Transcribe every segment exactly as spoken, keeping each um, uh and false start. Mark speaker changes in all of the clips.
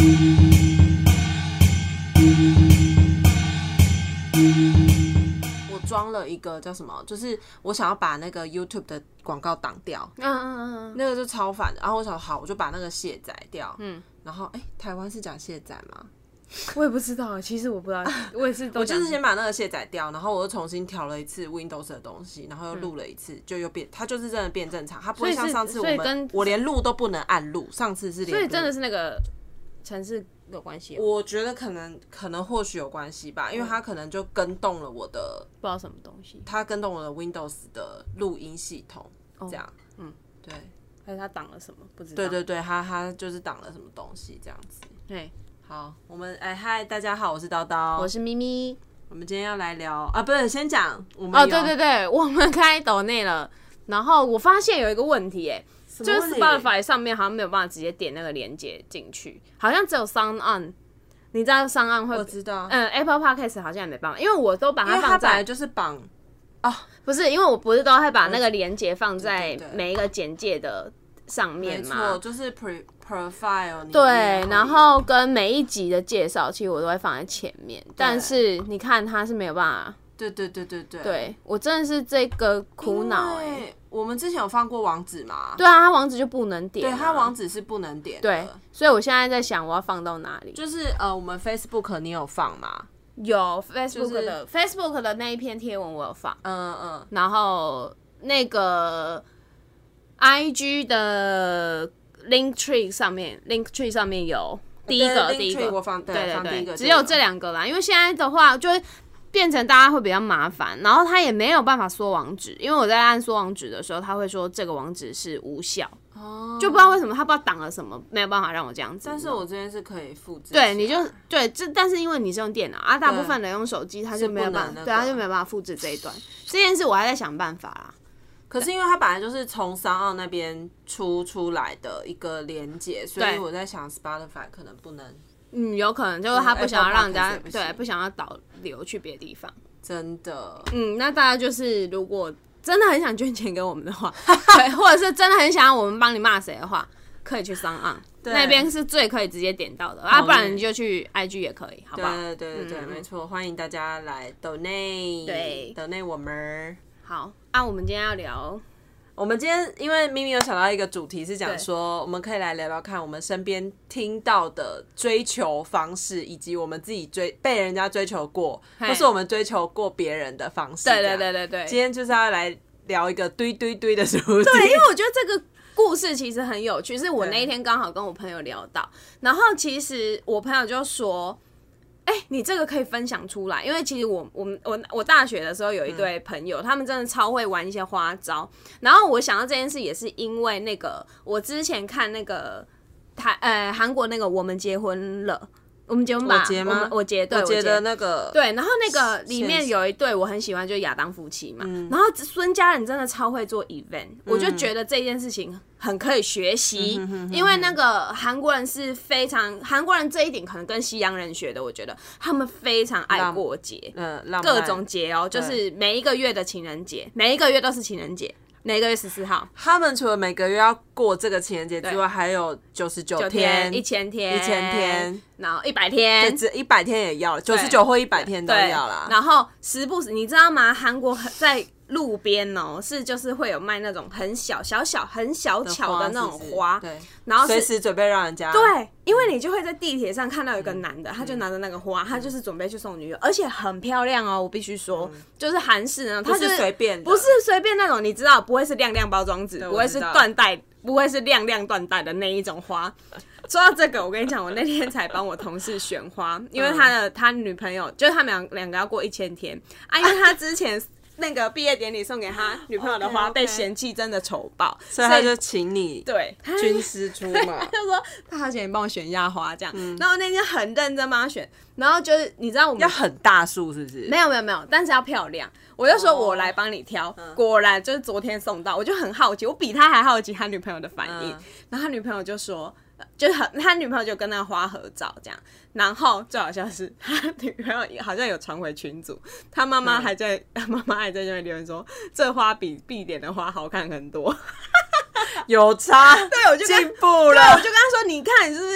Speaker 1: 我装了一个叫什么，就是我想要把那个 YouTube 的广告挡掉，嗯嗯嗯，那个就超烦的。然后我想好，我就把那个卸载掉，嗯，然后哎、欸，台湾是讲卸载吗？
Speaker 2: 我也不知道，其实我不知道，我也是都
Speaker 1: 我就是先把那个卸载掉，然后我又重新调了一次 Windows 的东西，然后又录了一次，嗯、就又变，它就是真的变正常，它不会像上次我们我连录都不能按录，上次是连录，
Speaker 2: 所以真的是那个程式有关系。
Speaker 1: 我觉得可能可能或许有关系吧，因为它可能就跟动了我的
Speaker 2: 不知道什么东西，
Speaker 1: 它跟动我的 Windows 的录音系统，这样，哦、嗯，对，
Speaker 2: 还是它挡了什么？不知道。
Speaker 1: 对对对，它它就是挡了什么东西这样子，对。好，我们哎嗨，大家好，我是叨叨，
Speaker 2: 我是咪咪。
Speaker 1: 我们今天要来聊啊，不是先讲我们
Speaker 2: 哦，对对对，我们开抖内了。然后我发现有一个问题，哎，就是 Spotify 上面好像没有办法直接点那个连结进去，好像只有 Sound On。你知道 Sound On 会？
Speaker 1: 我知道。
Speaker 2: 嗯 ，Apple Podcast 好像也没办法，因为我都把它放在，
Speaker 1: 因为它本来就是绑
Speaker 2: 哦，不是，因为我不是都会把那个连结放在每一个简介的上面嘛？
Speaker 1: 没错，就是 pre profile
Speaker 2: 对，然后跟每一集的介绍，其实我都会放在前面。但是你看，它是没有办法。
Speaker 1: 对对对对对，
Speaker 2: 对我真的是这个苦恼哎、
Speaker 1: 欸。我们之前有放过网址吗？
Speaker 2: 对啊，它网址就不能点、啊。
Speaker 1: 对，它网址是不能点的。
Speaker 2: 对，所以我现在在想，我要放到哪里？
Speaker 1: 就是呃，我们 Facebook 你有放吗？
Speaker 2: 有 Facebook 的、就是、Facebook 的那一篇贴文我有放。
Speaker 1: 嗯嗯。
Speaker 2: 然后那个 I G 的。Linktree 上面 ，Linktree 上面有第一个，第一个，
Speaker 1: 我放对
Speaker 2: 对对
Speaker 1: 对对，
Speaker 2: 只有这两个啦。因为现在的话，就会变成大家会比较麻烦，然后他也没有办法缩网址，因为我在按缩网址的时候，他会说这个网址是无效，哦，就不知道为什么他不知道挡了什么，没有办法让我这样子。
Speaker 1: 但是我这边是可以复制，
Speaker 2: 对，你就对，这但是因为你是用电脑啊，大部分人用手机，他就没有办法，那個、对，他就没有办法复制这一段。这件事我还在想办法啦。
Speaker 1: 可是因为它本来就是从商澳那边出出来的一个连结，所以我在想 Spotify 可能不能，
Speaker 2: 嗯，有可能就是他不想要让人家对，不想要导流去别的地方，
Speaker 1: 真的，
Speaker 2: 嗯，那大家就是如果真的很想捐钱给我们的话，对，或者是真的很想要我们帮你骂谁的话，可以去商澳那边是最可以直接点到的，啊，不然你就去 I G 也可以，好不好？
Speaker 1: 对对对对，嗯、没错，欢迎大家来 donate，
Speaker 2: 对
Speaker 1: donate 我们。
Speaker 2: 好啊，我们今天要聊，
Speaker 1: 我们今天因为咪咪有想到一个主题是讲说，我们可以来聊聊看我们身边听到的追求方式，以及我们自己追被人家追求过，或是我们追求过别人的方式。
Speaker 2: 对对对对对，
Speaker 1: 今天就是要来聊一个堆堆堆的主题。
Speaker 2: 对，因为我觉得这个故事其实很有趣，是我那一天刚好跟我朋友聊到，然后其实我朋友就说。哎、欸，你这个可以分享出来，因为其实我我我我大学的时候有一对朋友，嗯、他们真的超会玩一些花招。然后我想到这件事，也是因为那个我之前看那个台呃韩国那个我们结婚了。我们结婚吧，
Speaker 1: 我结吗？
Speaker 2: 我结，对，
Speaker 1: 我结的那个，
Speaker 2: 对。然后那个里面有一对我很喜欢，就是亚当夫妻嘛。嗯、然后孙家人真的超会做 event，、嗯、我就觉得这件事情很可以学习，嗯、哼哼哼因为那个韩国人是非常韩国人这一点可能跟西洋人学的，我觉得他们非常爱过节，
Speaker 1: 嗯，
Speaker 2: 各种节哦，就是每一个月的情人节，每一个月都是情人节。哪个月十四号？
Speaker 1: 他们除了每个月要过这个情人节之外，还有九十九天、
Speaker 2: 一千天、
Speaker 1: 一千天，
Speaker 2: 然后一百天，
Speaker 1: 对，一百天也要，九十九或一百天都要啦。
Speaker 2: 然后时不时，你知道吗？韩国在路边哦，是就是会有卖那种很小、小小、很小巧的那种花，
Speaker 1: 对，
Speaker 2: 然后
Speaker 1: 随时准备让人家
Speaker 2: 对，因为你就会在地铁上看到有一个男的，嗯、他就拿着那个花，嗯、他就是准备去送女友，而且很漂亮哦，我必须说，嗯、就是韩式呢，
Speaker 1: 不是随便的，
Speaker 2: 不是随便那种，你知道，不会是亮亮包装纸，不会是缎带，不会是亮亮缎带的那一种花。说到这个，我跟你讲，我那天才帮我同事选花，因为他的他女朋友就是他们两两个要过一千天啊，因为他之前。那个毕业典礼送给他女朋友的花被嫌弃真的丑爆，
Speaker 1: okay, okay. 所以他就请你
Speaker 2: 对
Speaker 1: 军师出马，
Speaker 2: 他就说他好想你帮我选一下花这样，嗯、然后我那天很认真帮他选，然后就是你知道我们
Speaker 1: 要很大束是不是？
Speaker 2: 没有没有没有，但是要漂亮，我就说我来帮你挑，哦、果然就是昨天送到，我就很好奇，我比他还好奇他女朋友的反应，嗯、然后他女朋友就说。就是很，他女朋友就跟那个花合照这样，然后最好笑是他女朋友好像有传回群组，他妈妈还在，他妈妈还在那边留言说，这花比必点的花好看很多，
Speaker 1: 有差，
Speaker 2: 对，我就
Speaker 1: 进步了，
Speaker 2: 对，我就跟他说，你看你是不是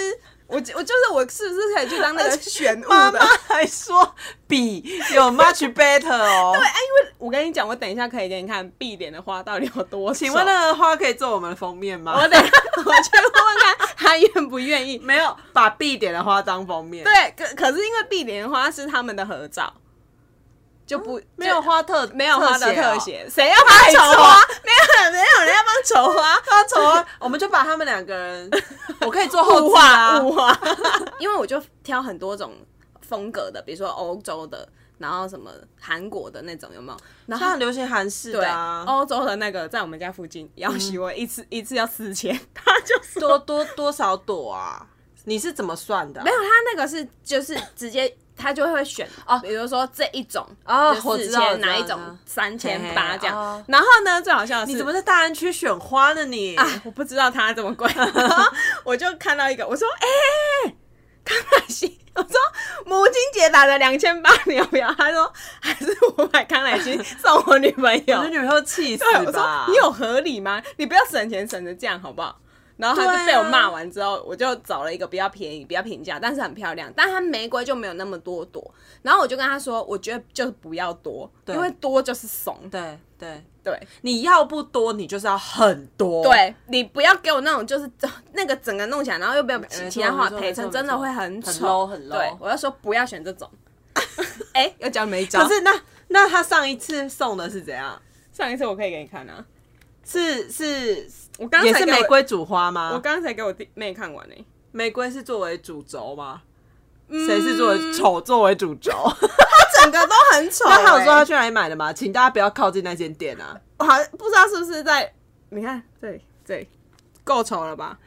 Speaker 2: 我我就是我是不是可以去当那个选物的？
Speaker 1: 妈妈还说笔有 much better 哦。
Speaker 2: 对，哎，因为我跟你讲，我等一下可以给你看 B 点的花到底有多丑。
Speaker 1: 请问那个花可以做我们的封面吗？
Speaker 2: 我等一下我去问问看他愿不愿意。
Speaker 1: 没有把 B 点的花当封面。
Speaker 2: 对，可可是因为 B 点的花是他们的合照。就不、嗯、
Speaker 1: 没有花特
Speaker 2: 没有花的特写，谁、
Speaker 1: 哦、
Speaker 2: 要帮丑花？没有没有人要帮丑花，
Speaker 1: 他丑花，我们就把他们两个人，我可以做后置啊，
Speaker 2: 物化，因为我就挑很多种风格的，比如说欧洲的，然后什么韩国的那种，有没有？然后
Speaker 1: 很流行韩式的啊，
Speaker 2: 欧洲的那个在我们家附近要许我一次、嗯、一次要四千，他就说
Speaker 1: 多多多少朵啊？你是怎么算的、啊？
Speaker 2: 没有，他那个是就是直接。他就会选哦，比如说这一种
Speaker 1: 哦，
Speaker 2: 四千，哪一种三千八这样。
Speaker 1: 哦、
Speaker 2: 然后呢，最好笑的是，
Speaker 1: 你怎么在大安区选花呢你？
Speaker 2: 啊，我不知道它这么贵。然后我就看到一个，我说：“哎、欸，康乃馨。”我说：“母亲节打的两千八，你要不要？”他说：“还是我买康乃馨送我女朋友。”
Speaker 1: 我的女朋友气死吧！
Speaker 2: 我说：“你有合理吗？你不要省钱省成这样好不好？”然后他就被我骂完之后，我就找了一个比较便宜、比较平价，但是很漂亮，但它玫瑰就没有那么多朵。然后我就跟他说，我觉得就是不要多，因为多就是怂。
Speaker 1: 对对
Speaker 2: 对，
Speaker 1: 你要不多，你就是要很多。
Speaker 2: 对，你不要给我那种就是那个整个弄起来，然后又不要其他话配成，真的会很丑，
Speaker 1: 很 low 很 low。
Speaker 2: 对，我要说不要选这种。哎、欸，又教没招。
Speaker 1: 可是那那他上一次送的是怎样？
Speaker 2: 上一次我可以给你看啊。
Speaker 1: 是是，
Speaker 2: 我刚才
Speaker 1: 也是玫瑰主花吗？
Speaker 2: 我刚才给我弟妹看完诶、欸。
Speaker 1: 玫瑰是作为主轴吗？谁、嗯、是作为丑作为主轴？
Speaker 2: 它整个都很丑、欸。
Speaker 1: 那他有说他去哪里买的吗？请大家不要靠近那间店啊！
Speaker 2: 我好像不知道是不是在，你看这里这里够丑了吧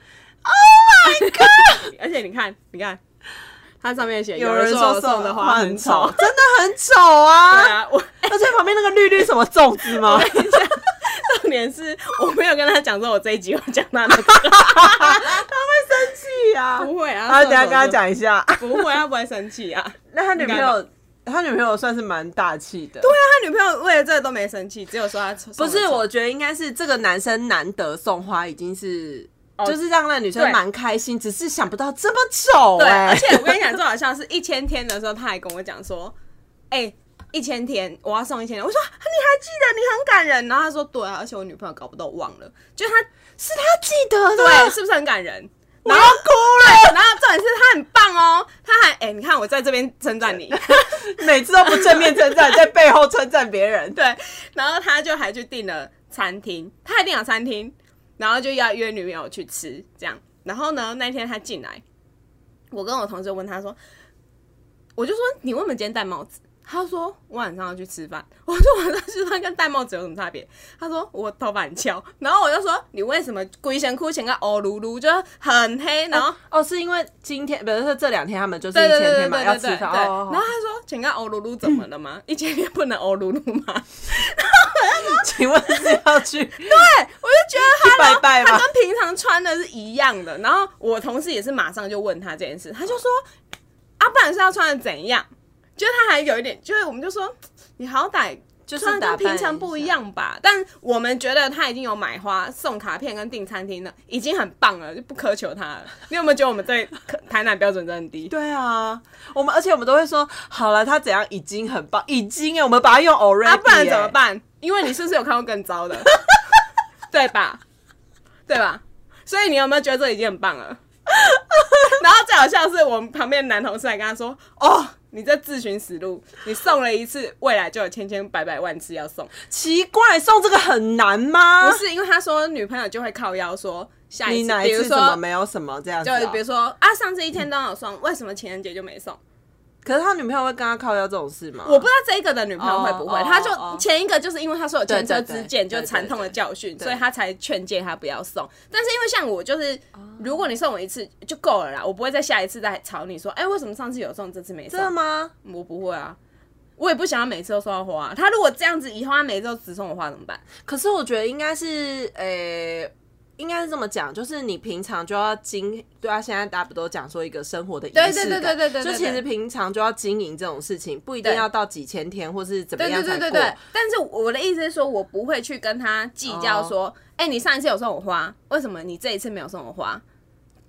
Speaker 1: ？Oh my god！
Speaker 2: 而且你看，你看。它上面写
Speaker 1: 有人说
Speaker 2: 送的花很丑，
Speaker 1: 真的很丑啊！
Speaker 2: 对啊，我
Speaker 1: 而且旁边那个绿绿什么粽子吗？
Speaker 2: 重点是我没有跟他讲说我这一集会讲他那个，他
Speaker 1: 会生气啊！
Speaker 2: 不会啊，
Speaker 1: 他等一下跟他讲一下，
Speaker 2: 不会，他不会生气啊。
Speaker 1: 那他女朋友，他女朋友算是蛮大气的。
Speaker 2: 对啊，他女朋友为了这个都没生气，只有说他
Speaker 1: 不是。我觉得应该是这个男生难得送花，已经是。就是让那女生蛮开心，只是想不到这么丑哎、欸！
Speaker 2: 而且我跟你讲，最好笑是一千天的时候，他还跟我讲说：“哎、欸，一千天我要送一千天。”我说：“你还记得？你很感人。”然后他说：“对啊，而且我女朋友搞不懂忘了，就他
Speaker 1: 是他记得的，
Speaker 2: 对，是不是很感人？”
Speaker 1: 我要哭了。
Speaker 2: 然后重点是他很棒哦，他还哎、欸，你看我在这边称赞你，
Speaker 1: 每次都不正面称赞，在背后称赞别人。
Speaker 2: 对，然后他就还去订了餐厅，他还订了餐厅。然后就要约女朋友去吃，这样。然后呢，那天他进来，我跟我同事问他说，我就说你为什么今天戴帽子？他说我晚上要去吃饭。我说晚上吃饭跟戴帽子有什么差别？他说我头发很翘。然后我就说你为什么规身躯前个欧噜噜就很黑？然后、
Speaker 1: 哦, 哦是因为今天，比如说这两天他们就是一千天嘛，要吃饭。
Speaker 2: 对，然后他说前个欧噜噜怎么了吗？一千天不能欧噜噜吗？然后我就说，
Speaker 1: 请问是要去？
Speaker 2: 对，我就觉得他
Speaker 1: 拜拜
Speaker 2: 他跟平常穿的是一样的。然后我同事也是马上就问他这件事，他就说啊，不然是要穿的怎样？就是他还有一点，就是我们就说你好歹
Speaker 1: 就是
Speaker 2: 跟平常不一样吧。但我们觉得他已经有买花、送卡片跟订餐厅了，已经很棒了，就不苛求他了。你有没有觉得我们对台南标准真的很低？
Speaker 1: 对啊，我们而且我们都会说，好了，他怎样已经很棒，已经哎，我们把它用 already， 啊，
Speaker 2: 不然怎么办？因为你是不是有看过更糟的，对吧？对吧？所以你有没有觉得这已经很棒了？然后最好笑的是，我们旁边的男同事还跟他说：“哦，你这自寻死路，你送了一次，未来就有千千百百万次要送。”
Speaker 1: 奇怪，送这个很难吗？
Speaker 2: 不是，因为他说女朋友就会靠腰说下一次，
Speaker 1: 你哪一次什么没有什么这样子、啊，
Speaker 2: 就比如说啊，上次一天都有送，为什么情人节就没送？
Speaker 1: 可是他女朋友会跟他靠腰这种事吗？
Speaker 2: 我不知道这一个的女朋友会不会， oh, oh, 他就前一个就是因为他说有前车之鉴，就惨痛的教训，所以他才劝诫他不要送。但是因为像我就是，如果你送我一次就够了啦，我不会再下一次再吵你说，哎、欸，为什么上次有送，这次没送？
Speaker 1: 真的吗？
Speaker 2: 我不会啊，我也不想要每次都收到花、啊。他如果这样子以后他每次都只送我花怎么办？
Speaker 1: 可是我觉得应该是，呃、欸。应该是这么讲，就是你平常就要经，对啊，现在大家不都讲说一个生活的仪式感，
Speaker 2: 对对对对对对，
Speaker 1: 就其实平常就要经营这种事情，不一定要到几千天或是怎么样才过。
Speaker 2: 对对对对对。但是我的意思是说，我不会去跟他计较说，哎、哦欸，你上一次有送我花，为什么你这一次没有送我花？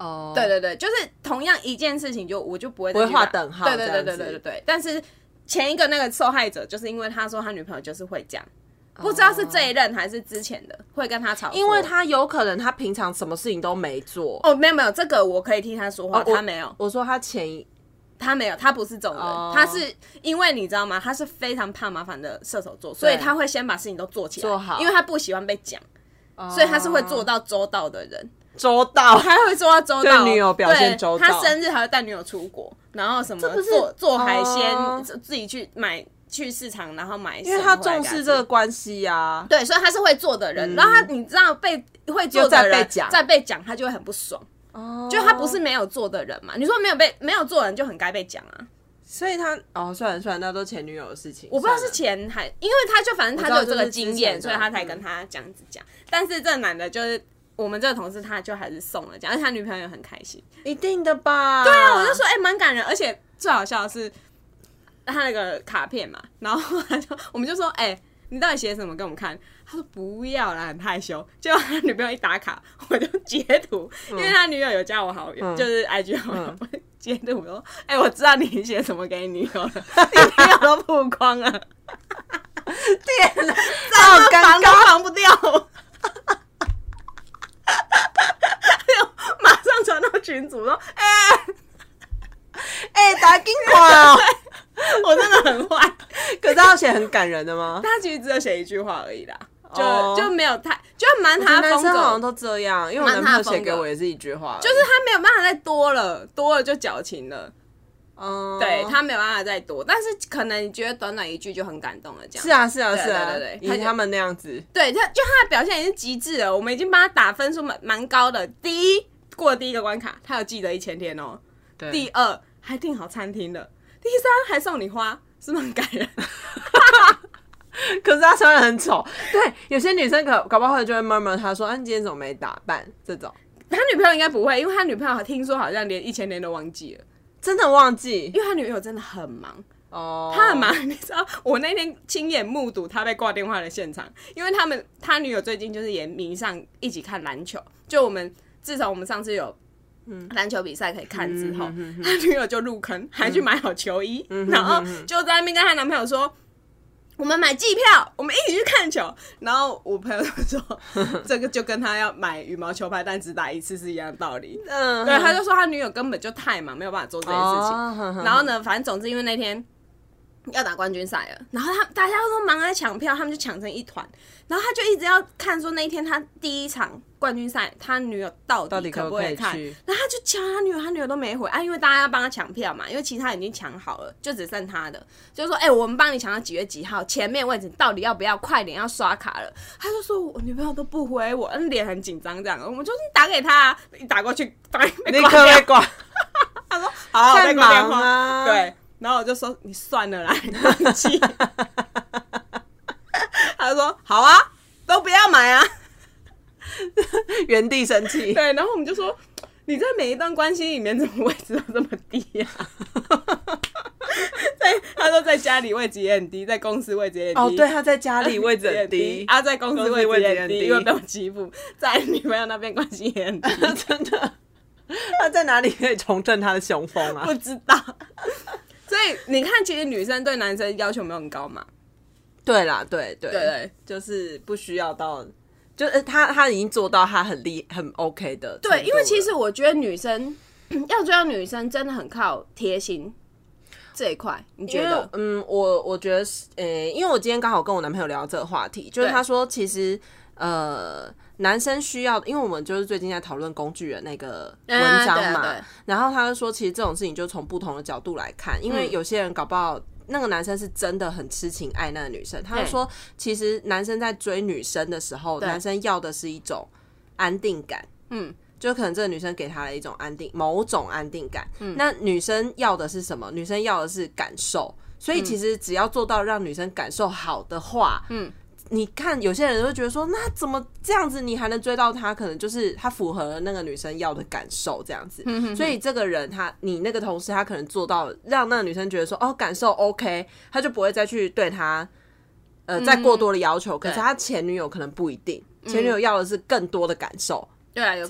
Speaker 2: 哦，对对对，就是同样一件事情就，就我就不会
Speaker 1: 不会画等号，
Speaker 2: 对对对对对对对。但是前一个那个受害者，就是因为他说他女朋友就是会这样。不知道是这一任还是之前的会跟他吵，
Speaker 1: 因为他有可能他平常什么事情都没做。
Speaker 2: 哦，没有没有，这个我可以替他说话，哦、他没有。
Speaker 1: 我说他前一，
Speaker 2: 他没有，他不是这种人，哦、他是因为你知道吗？他是非常怕麻烦的射手座，所以他会先把事情都做起来，
Speaker 1: 做好，
Speaker 2: 因为他不喜欢被讲，哦、所以他是会做到周到的人。
Speaker 1: 周到，
Speaker 2: 他会做到周到，
Speaker 1: 对女友表现周到。
Speaker 2: 他生日还会带女友出国，然后什么做做海鲜，哦、自己去买。去市场，然后买，
Speaker 1: 因为他重视这个关系啊。
Speaker 2: 对，所以他是会做的人。嗯、然后他，你知道被会做的人再被讲，他就会很不爽。哦，就他不是没有做的人嘛？你说没有被没有做的人就很该被讲啊。
Speaker 1: 所以他哦，算了算了，那都前女友的事情。
Speaker 2: 我不知道是前还，因为他就反正他就有这个经验，所以他才跟他这样子讲。嗯、但是这男的就是我们这个同事，他就还是送了讲，而且他女朋友也很开心。
Speaker 1: 一定的吧？
Speaker 2: 对啊，我就说哎，蛮、欸、感人，而且最好笑的是。他那个卡片嘛，然后他就我们就说，哎、欸，你到底写什么给我们看？他说不要啦，很害羞。结果他女朋友一打卡，我就截图，嗯、因为他女友有加我好友，嗯、就是 I G 好友，我、嗯、截图说，哎、欸，我知道你写什么给你女友了，你女友都曝光了，天哪，
Speaker 1: 好尴尬，
Speaker 2: 防不掉。马上传到群组说，哎、欸，
Speaker 1: 哎、欸，打紧看哦。
Speaker 2: 我真的很坏，
Speaker 1: 可是他要写很感人的吗？
Speaker 2: 他其实只有写一句话而已啦，就、oh. 就没有太，就蛮他风格。
Speaker 1: 男生好像都这样，因为我男朋友写给我也是一句话，
Speaker 2: 就是他没有办法再多了，多了就矫情了。哦、oh. ，对他没有办法再多，但是可能你觉得短短一句就很感动了，这样。
Speaker 1: 是啊，是啊，是啊，
Speaker 2: 对对对，
Speaker 1: 以他们那样子，
Speaker 2: 对他就他的表现已经极致了，我们已经帮他打分数蛮蛮高的。第一过了第一个关卡，他有记得一千天哦。对。第二还订好餐厅了。第三还送你花，是不是很感人？
Speaker 1: 可是他穿得很丑，对，有些女生搞搞不好就会 murmur 他说：“啊，你今天怎么没打扮？”这种，
Speaker 2: 他女朋友应该不会，因为他女朋友听说好像连一千年都忘记了，
Speaker 1: 真的忘记，
Speaker 2: 因为他女友真的很忙哦，他很忙，你知道，我那天亲眼目睹他被挂电话的现场，因为他们他女友最近就是也迷上一起看篮球，就我们自从我们上次有。篮球比赛可以看之后，嗯、他女友就入坑，还去买好球衣，嗯、然后就在那边跟他男朋友说：“我们买季票，我们一起去看球。”然后我朋友就说：“这个就跟他要买羽毛球拍，但只打一次是一样的道理。”嗯，对，他就说他女友根本就太忙，没有办法做这件事情。哦、然后呢，反正总之因为那天要打冠军赛了，然后他大家都忙在抢票，他们就抢成一团。然后他就一直要看说那一天他第一场冠军赛，他女友到底可不可以看？然后他就敲他女友，他女友都没回啊，因为大家要帮他抢票嘛，因为其他已经抢好了，就只剩他的，就说哎、欸，我们帮你抢到几月几号，前面位置到底要不要？快点要刷卡了。他就说我女朋友都不回我，脸很紧张这样，我们就打给他、啊，一打过去，
Speaker 1: 立刻被挂。
Speaker 2: 他说好，好，被挂电话。啊、对，然后我就说你算了啦，你放弃。他就说好啊，都不要买啊。
Speaker 1: 原地生气。
Speaker 2: 对，然后我们就说你在每一段关系里面怎么位置都这么低呀、啊？在他说在家里位置也很低，在公司位置也很低。
Speaker 1: 哦，对，他在家里位置很低，
Speaker 2: 啊，在公司位置也很低，因为被我欺负。在女朋友那边关系也很低，
Speaker 1: 真的。他在哪里可以重振他的雄风啊？
Speaker 2: 不知道。所以你看，其实女生对男生要求没有很高嘛。
Speaker 1: 对啦，对对
Speaker 2: 对, 对，
Speaker 1: 就是不需要到，就是他他已经做到他很厉很 OK 的。
Speaker 2: 对，因为其实我觉得女生要追到女生真的很靠贴心这一块，你觉得？
Speaker 1: 嗯，我我觉得是，呃、欸，因为我今天刚好跟我男朋友聊这个话题，就是他说其实呃。男生需要，因为我们就是最近在讨论工具人那个文章嘛，嗯、然后他就说，其实这种事情就从不同的角度来看，因为有些人搞不好那个男生是真的很痴情爱那个女生，他就说，其实男生在追女生的时候，男生要的是一种安定感，嗯，就可能这个女生给他了一种安定，某种安定感，嗯，那女生要的是什么？女生要的是感受，所以其实只要做到让女生感受好的话，嗯。你看有些人会觉得说，那怎么这样子你还能追到他？可能就是他符合了那个女生要的感受这样子。嗯、哼哼所以这个人他，你那个同事他可能做到让那个女生觉得说，哦，感受 OK， 他就不会再去对他呃再过多的要求。嗯、可是他前女友可能不一定，前女友要的是更多的感受。
Speaker 2: 对啊，有可能。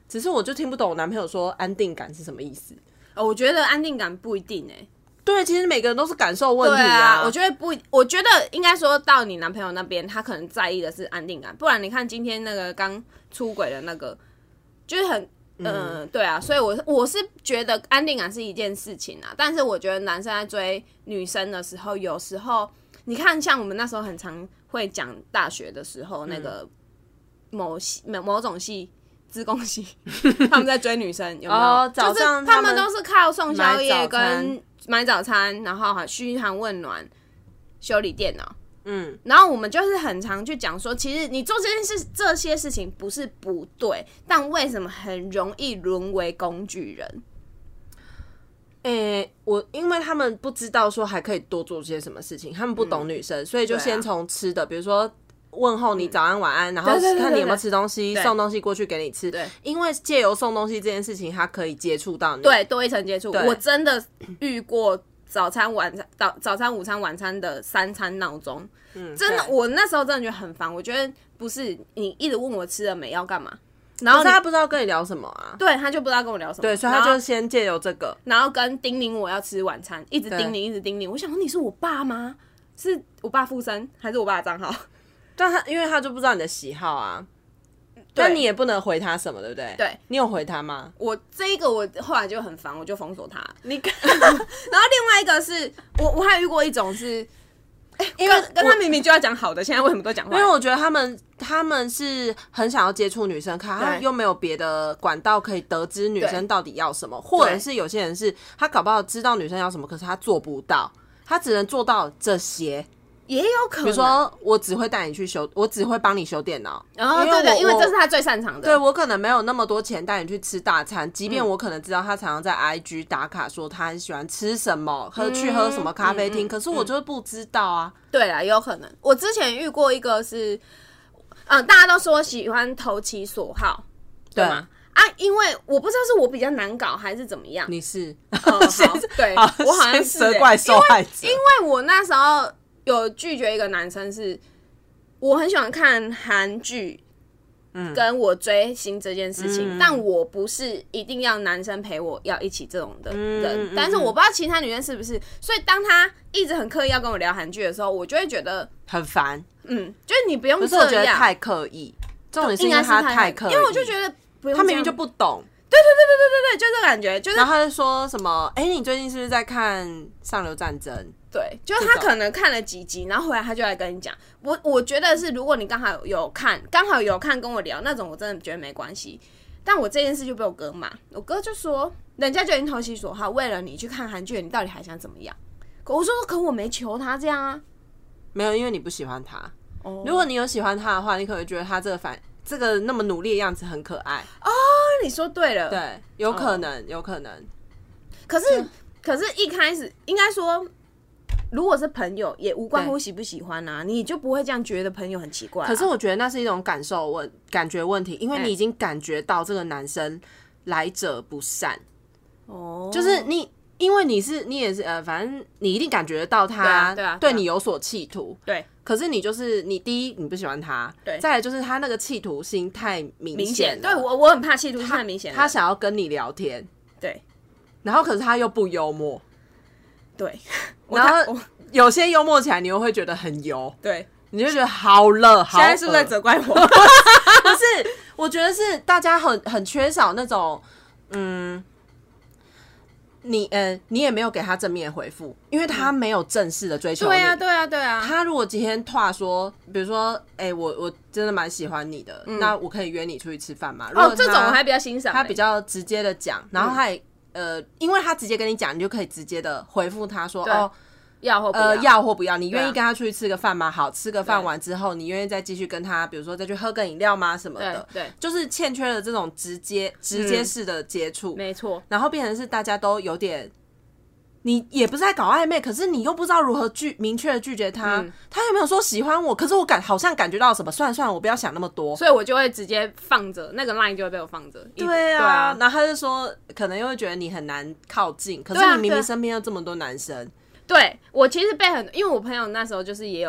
Speaker 1: 只是我就听不懂我男朋友说安定感是什么意思。
Speaker 2: 哦，我觉得安定感不一定哎、欸。
Speaker 1: 对，其实每个人都是感受问题
Speaker 2: 啊。我觉得不，我觉得应该说到你男朋友那边，他可能在意的是安定感。不然你看今天那个刚出轨的那个，就是很。嗯、呃，对啊，所以我我是觉得安定感是一件事情啊，但是我觉得男生在追女生的时候，有时候你看，像我们那时候很常会讲大学的时候，嗯、那个某系某某种系资工系，他们在追女生，有没有？
Speaker 1: 哦、早上
Speaker 2: 就是他们都是靠送宵夜跟买早餐，然后嘘寒问暖、修理电脑。嗯，然后我们就是很常去讲说，其实你做这件事这些事情不是不对，但为什么很容易沦为工具人？
Speaker 1: 诶、欸，我因为他们不知道说还可以多做些什么事情，他们不懂女生，嗯、所以就先从吃的，啊、比如说问候你早安晚安，嗯、然后看你有没有吃东西，送东西过去给你吃。对，因为借由送东西这件事情，他可以接触到你，
Speaker 2: 对，多一层接触。我真的遇过。早餐、晚餐、早早餐、午餐、晚餐的三餐闹钟，嗯，真的，我那时候真的觉得很烦。我觉得不是你一直问我吃了没要干嘛，然后
Speaker 1: 他不知道跟你聊什么啊，
Speaker 2: 对，他就不知道跟我聊什么，
Speaker 1: 对，所以他就先借由这个，
Speaker 2: 然后跟叮咛我要吃晚餐，一直叮咛，一直叮咛。我想说你是我爸吗？是我爸附身还是我爸的账号？
Speaker 1: 但他因为他就不知道你的喜好啊。但你也不能回他什么，对不对？对，你有回他吗？
Speaker 2: 我这一个我后来就很烦，我就封锁他。你看，然后另外一个是我我还遇过一种是，欸、因为跟他明明就要讲好的，现在为什么都讲坏？
Speaker 1: 因为我觉得他们他们是很想要接触女生，可他又没有别的管道可以得知女生到底要什么，或者是有些人是他搞不好知道女生要什么，可是他做不到，他只能做到这些。
Speaker 2: 也有可能，
Speaker 1: 比如说我只会带你去修，我只会帮你修电脑。
Speaker 2: 然后对对，因为这是他最擅长的。
Speaker 1: 对，我可能没有那么多钱带你去吃大餐，即便我可能知道他常常在 I G 打卡说他很喜欢吃什么，喝去喝什么咖啡厅，嗯嗯嗯、可是我就是不知道啊。
Speaker 2: 对啦，有可能。我之前遇过一个是，嗯，大家都说喜欢投其所好，对吗？啊，因为我不知道是我比较难搞还是怎么样。
Speaker 1: 你是，
Speaker 2: 嗯、好对，我好像是
Speaker 1: 责怪受害者，
Speaker 2: 因为因为我那时候。有拒绝一个男生是，我很喜欢看韩剧，嗯，跟我追星这件事情，嗯、但我不是一定要男生陪我要一起这种的人，嗯、但是我不知道其他女生是不是，所以当他一直很刻意要跟我聊韩剧的时候，我就会觉得
Speaker 1: 很烦，
Speaker 2: 嗯，就是你不用这样，
Speaker 1: 可是我觉得太刻意，这种是因为他太刻意，
Speaker 2: 因为我就觉得不用
Speaker 1: 他明明就不懂。
Speaker 2: 对对对对对对，就这感觉，就是。
Speaker 1: 然后他就说什么？哎、欸，你最近是不是在看《上流战争》？
Speaker 2: 对，就是他可能看了几集，然后回来他就来跟你讲。我我觉得是，如果你刚好有看，刚好有看跟我聊那种，我真的觉得没关系。但我这件事就被我哥骂，我哥就说，人家就已经投其所好，为了你去看韩剧，你到底还想怎么样？可我说，可我没求他这样啊。
Speaker 1: 没有，因为你不喜欢他。哦。如果你有喜欢他的话，你可能觉得他这个反。这个那么努力的样子很可爱
Speaker 2: 哦，你说对了，
Speaker 1: 对，有可能，哦、有可能。
Speaker 2: 可是，可是一开始应该说，如果是朋友，也无关乎喜不喜欢啊，你就不会这样觉得朋友很奇怪、啊。
Speaker 1: 可是我觉得那是一种感受问感觉问题，因为你已经感觉到这个男生来者不善，哦，就是你。因为你是你也是呃，反正你一定感觉得到他对、啊对, 啊、对你有所企图，
Speaker 2: 对。
Speaker 1: 可是你就是你第一你不喜欢他，对。再来就是他那个企图心太明显了，
Speaker 2: 对我我很怕企图心太明显了。
Speaker 1: 他想要跟你聊天，
Speaker 2: 对。
Speaker 1: 然后可是他又不幽默，
Speaker 2: 对。
Speaker 1: 然后有些幽默起来，你又会觉得很油，
Speaker 2: 对。
Speaker 1: 你就觉得好了，好
Speaker 2: 现在是不是在责怪我？不
Speaker 1: 是，我觉得是大家很很缺少那种嗯。你呃，你也没有给他正面回复，因为他没有正式的追求你。
Speaker 2: 对啊，对啊，对啊。
Speaker 1: 他如果今天突然说，比如说，哎、欸，我我真的蛮喜欢你的，嗯、那我可以约你出去吃饭吗？
Speaker 2: 哦，这种我还比较欣赏、欸。
Speaker 1: 他比较直接的讲，然后他也、嗯、呃，因为他直接跟你讲，你就可以直接的回复他说，哦。
Speaker 2: 要或不要，
Speaker 1: 呃，要或不要，你愿意跟他出去吃个饭吗？好，吃个饭完之后，你愿意再继续跟他，比如说再去喝个饮料吗？什么的，
Speaker 2: 对，对
Speaker 1: 就是欠缺了这种直接、直接式的接触、
Speaker 2: 嗯，没错。
Speaker 1: 然后变成是大家都有点，你也不是在搞暧昧，可是你又不知道如何拒明确的拒绝他、嗯，他有没有说喜欢我？可是我感好像感觉到什么，算了算了，我不要想那么多，
Speaker 2: 所以我就会直接放着那个 line 就会被我放着。
Speaker 1: 对啊，对啊，然后他就说，可能又会觉得你很难靠近，可是你明明身边有这么多男生。
Speaker 2: 对，我其实被很，因为我朋友那时候就是也有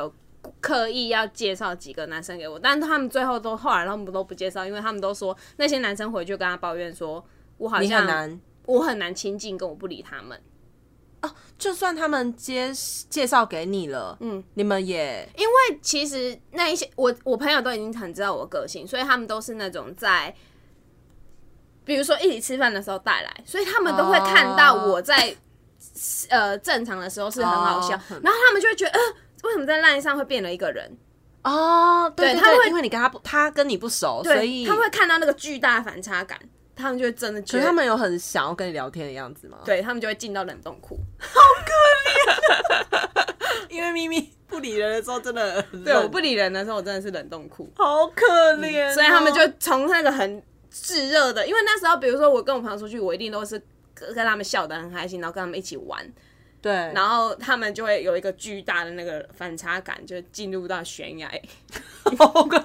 Speaker 2: 刻意要介绍几个男生给我，但是他们最后都后来他们都不介绍，因为他们都说那些男生回去跟他抱怨说，我好像
Speaker 1: 你很难，
Speaker 2: 我很难亲近，跟我不理他们。
Speaker 1: 哦，就算他们介介绍给你了，嗯，你们也
Speaker 2: 因为其实那一些我我朋友都已经很知道我的个性，所以他们都是那种在，比如说一起吃饭的时候带来，所以他们都会看到我在、哦、呃正常的时候是很好笑，哦、然后他们就会觉得，呃，为什么在 LINE 上会变了一个人？
Speaker 1: 哦，对对对，
Speaker 2: 对他会
Speaker 1: 因为你跟他不，他跟你不熟，所以
Speaker 2: 他们会看到那个巨大的反差感。他们就会真的觉得，
Speaker 1: 可是他们有很想要跟你聊天的样子吗？
Speaker 2: 对，他们就会进到冷冻库，
Speaker 1: 好可怜。因为咪咪不理人的时候真的很，
Speaker 2: 对，我不理人的时候我真的是冷冻库，
Speaker 1: 好可怜、哦嗯。
Speaker 2: 所以他们就从那个很炙热的，因为那时候比如说我跟我朋友出去，我一定都是跟他们笑得很开心，然后跟他们一起玩，
Speaker 1: 对，
Speaker 2: 然后他们就会有一个巨大的那个反差感，就进入到悬崖。
Speaker 1: 好可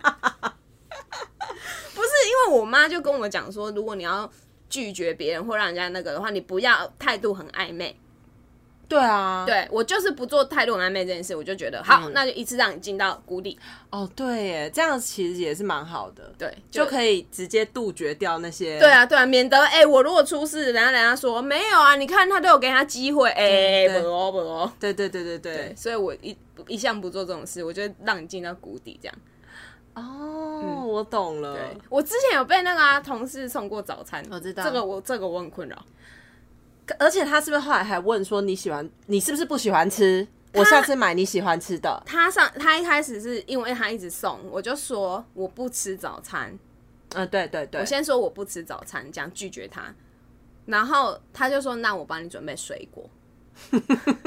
Speaker 2: 不是因为我妈就跟我讲说，如果你要拒绝别人或让人家那个的话，你不要态度很暧昧。
Speaker 1: 对啊，
Speaker 2: 对我就是不做态度很暧昧这件事，我就觉得好、嗯，那就一次让你进到谷底。
Speaker 1: 哦，对耶，这样其实也是蛮好的，
Speaker 2: 对，
Speaker 1: 就可以直接杜绝掉那些。
Speaker 2: 对啊，对啊，免得哎、欸，我如果出事，人家人家说没有啊，你看他都有给他机会，哎、欸，不哦不哦，
Speaker 1: 对对对对 对,
Speaker 2: 对，所以我一一向不做这种事，我就让你进到谷底这样。
Speaker 1: 哦、嗯，我懂了。
Speaker 2: 对，我之前有被那个、啊、同事送过早餐，
Speaker 1: 我知道这
Speaker 2: 个我这个我很困扰。
Speaker 1: 而且他是不是后来还问说你喜欢，你是不是不喜欢吃？我下次买你喜欢吃的。
Speaker 2: 他上他一开始是因为他一直送，我就说我不吃早餐。
Speaker 1: 嗯、呃，对对对，
Speaker 2: 我先说我不吃早餐，这样拒绝他。然后他就说：“那我帮你准备水果。”
Speaker 1: 好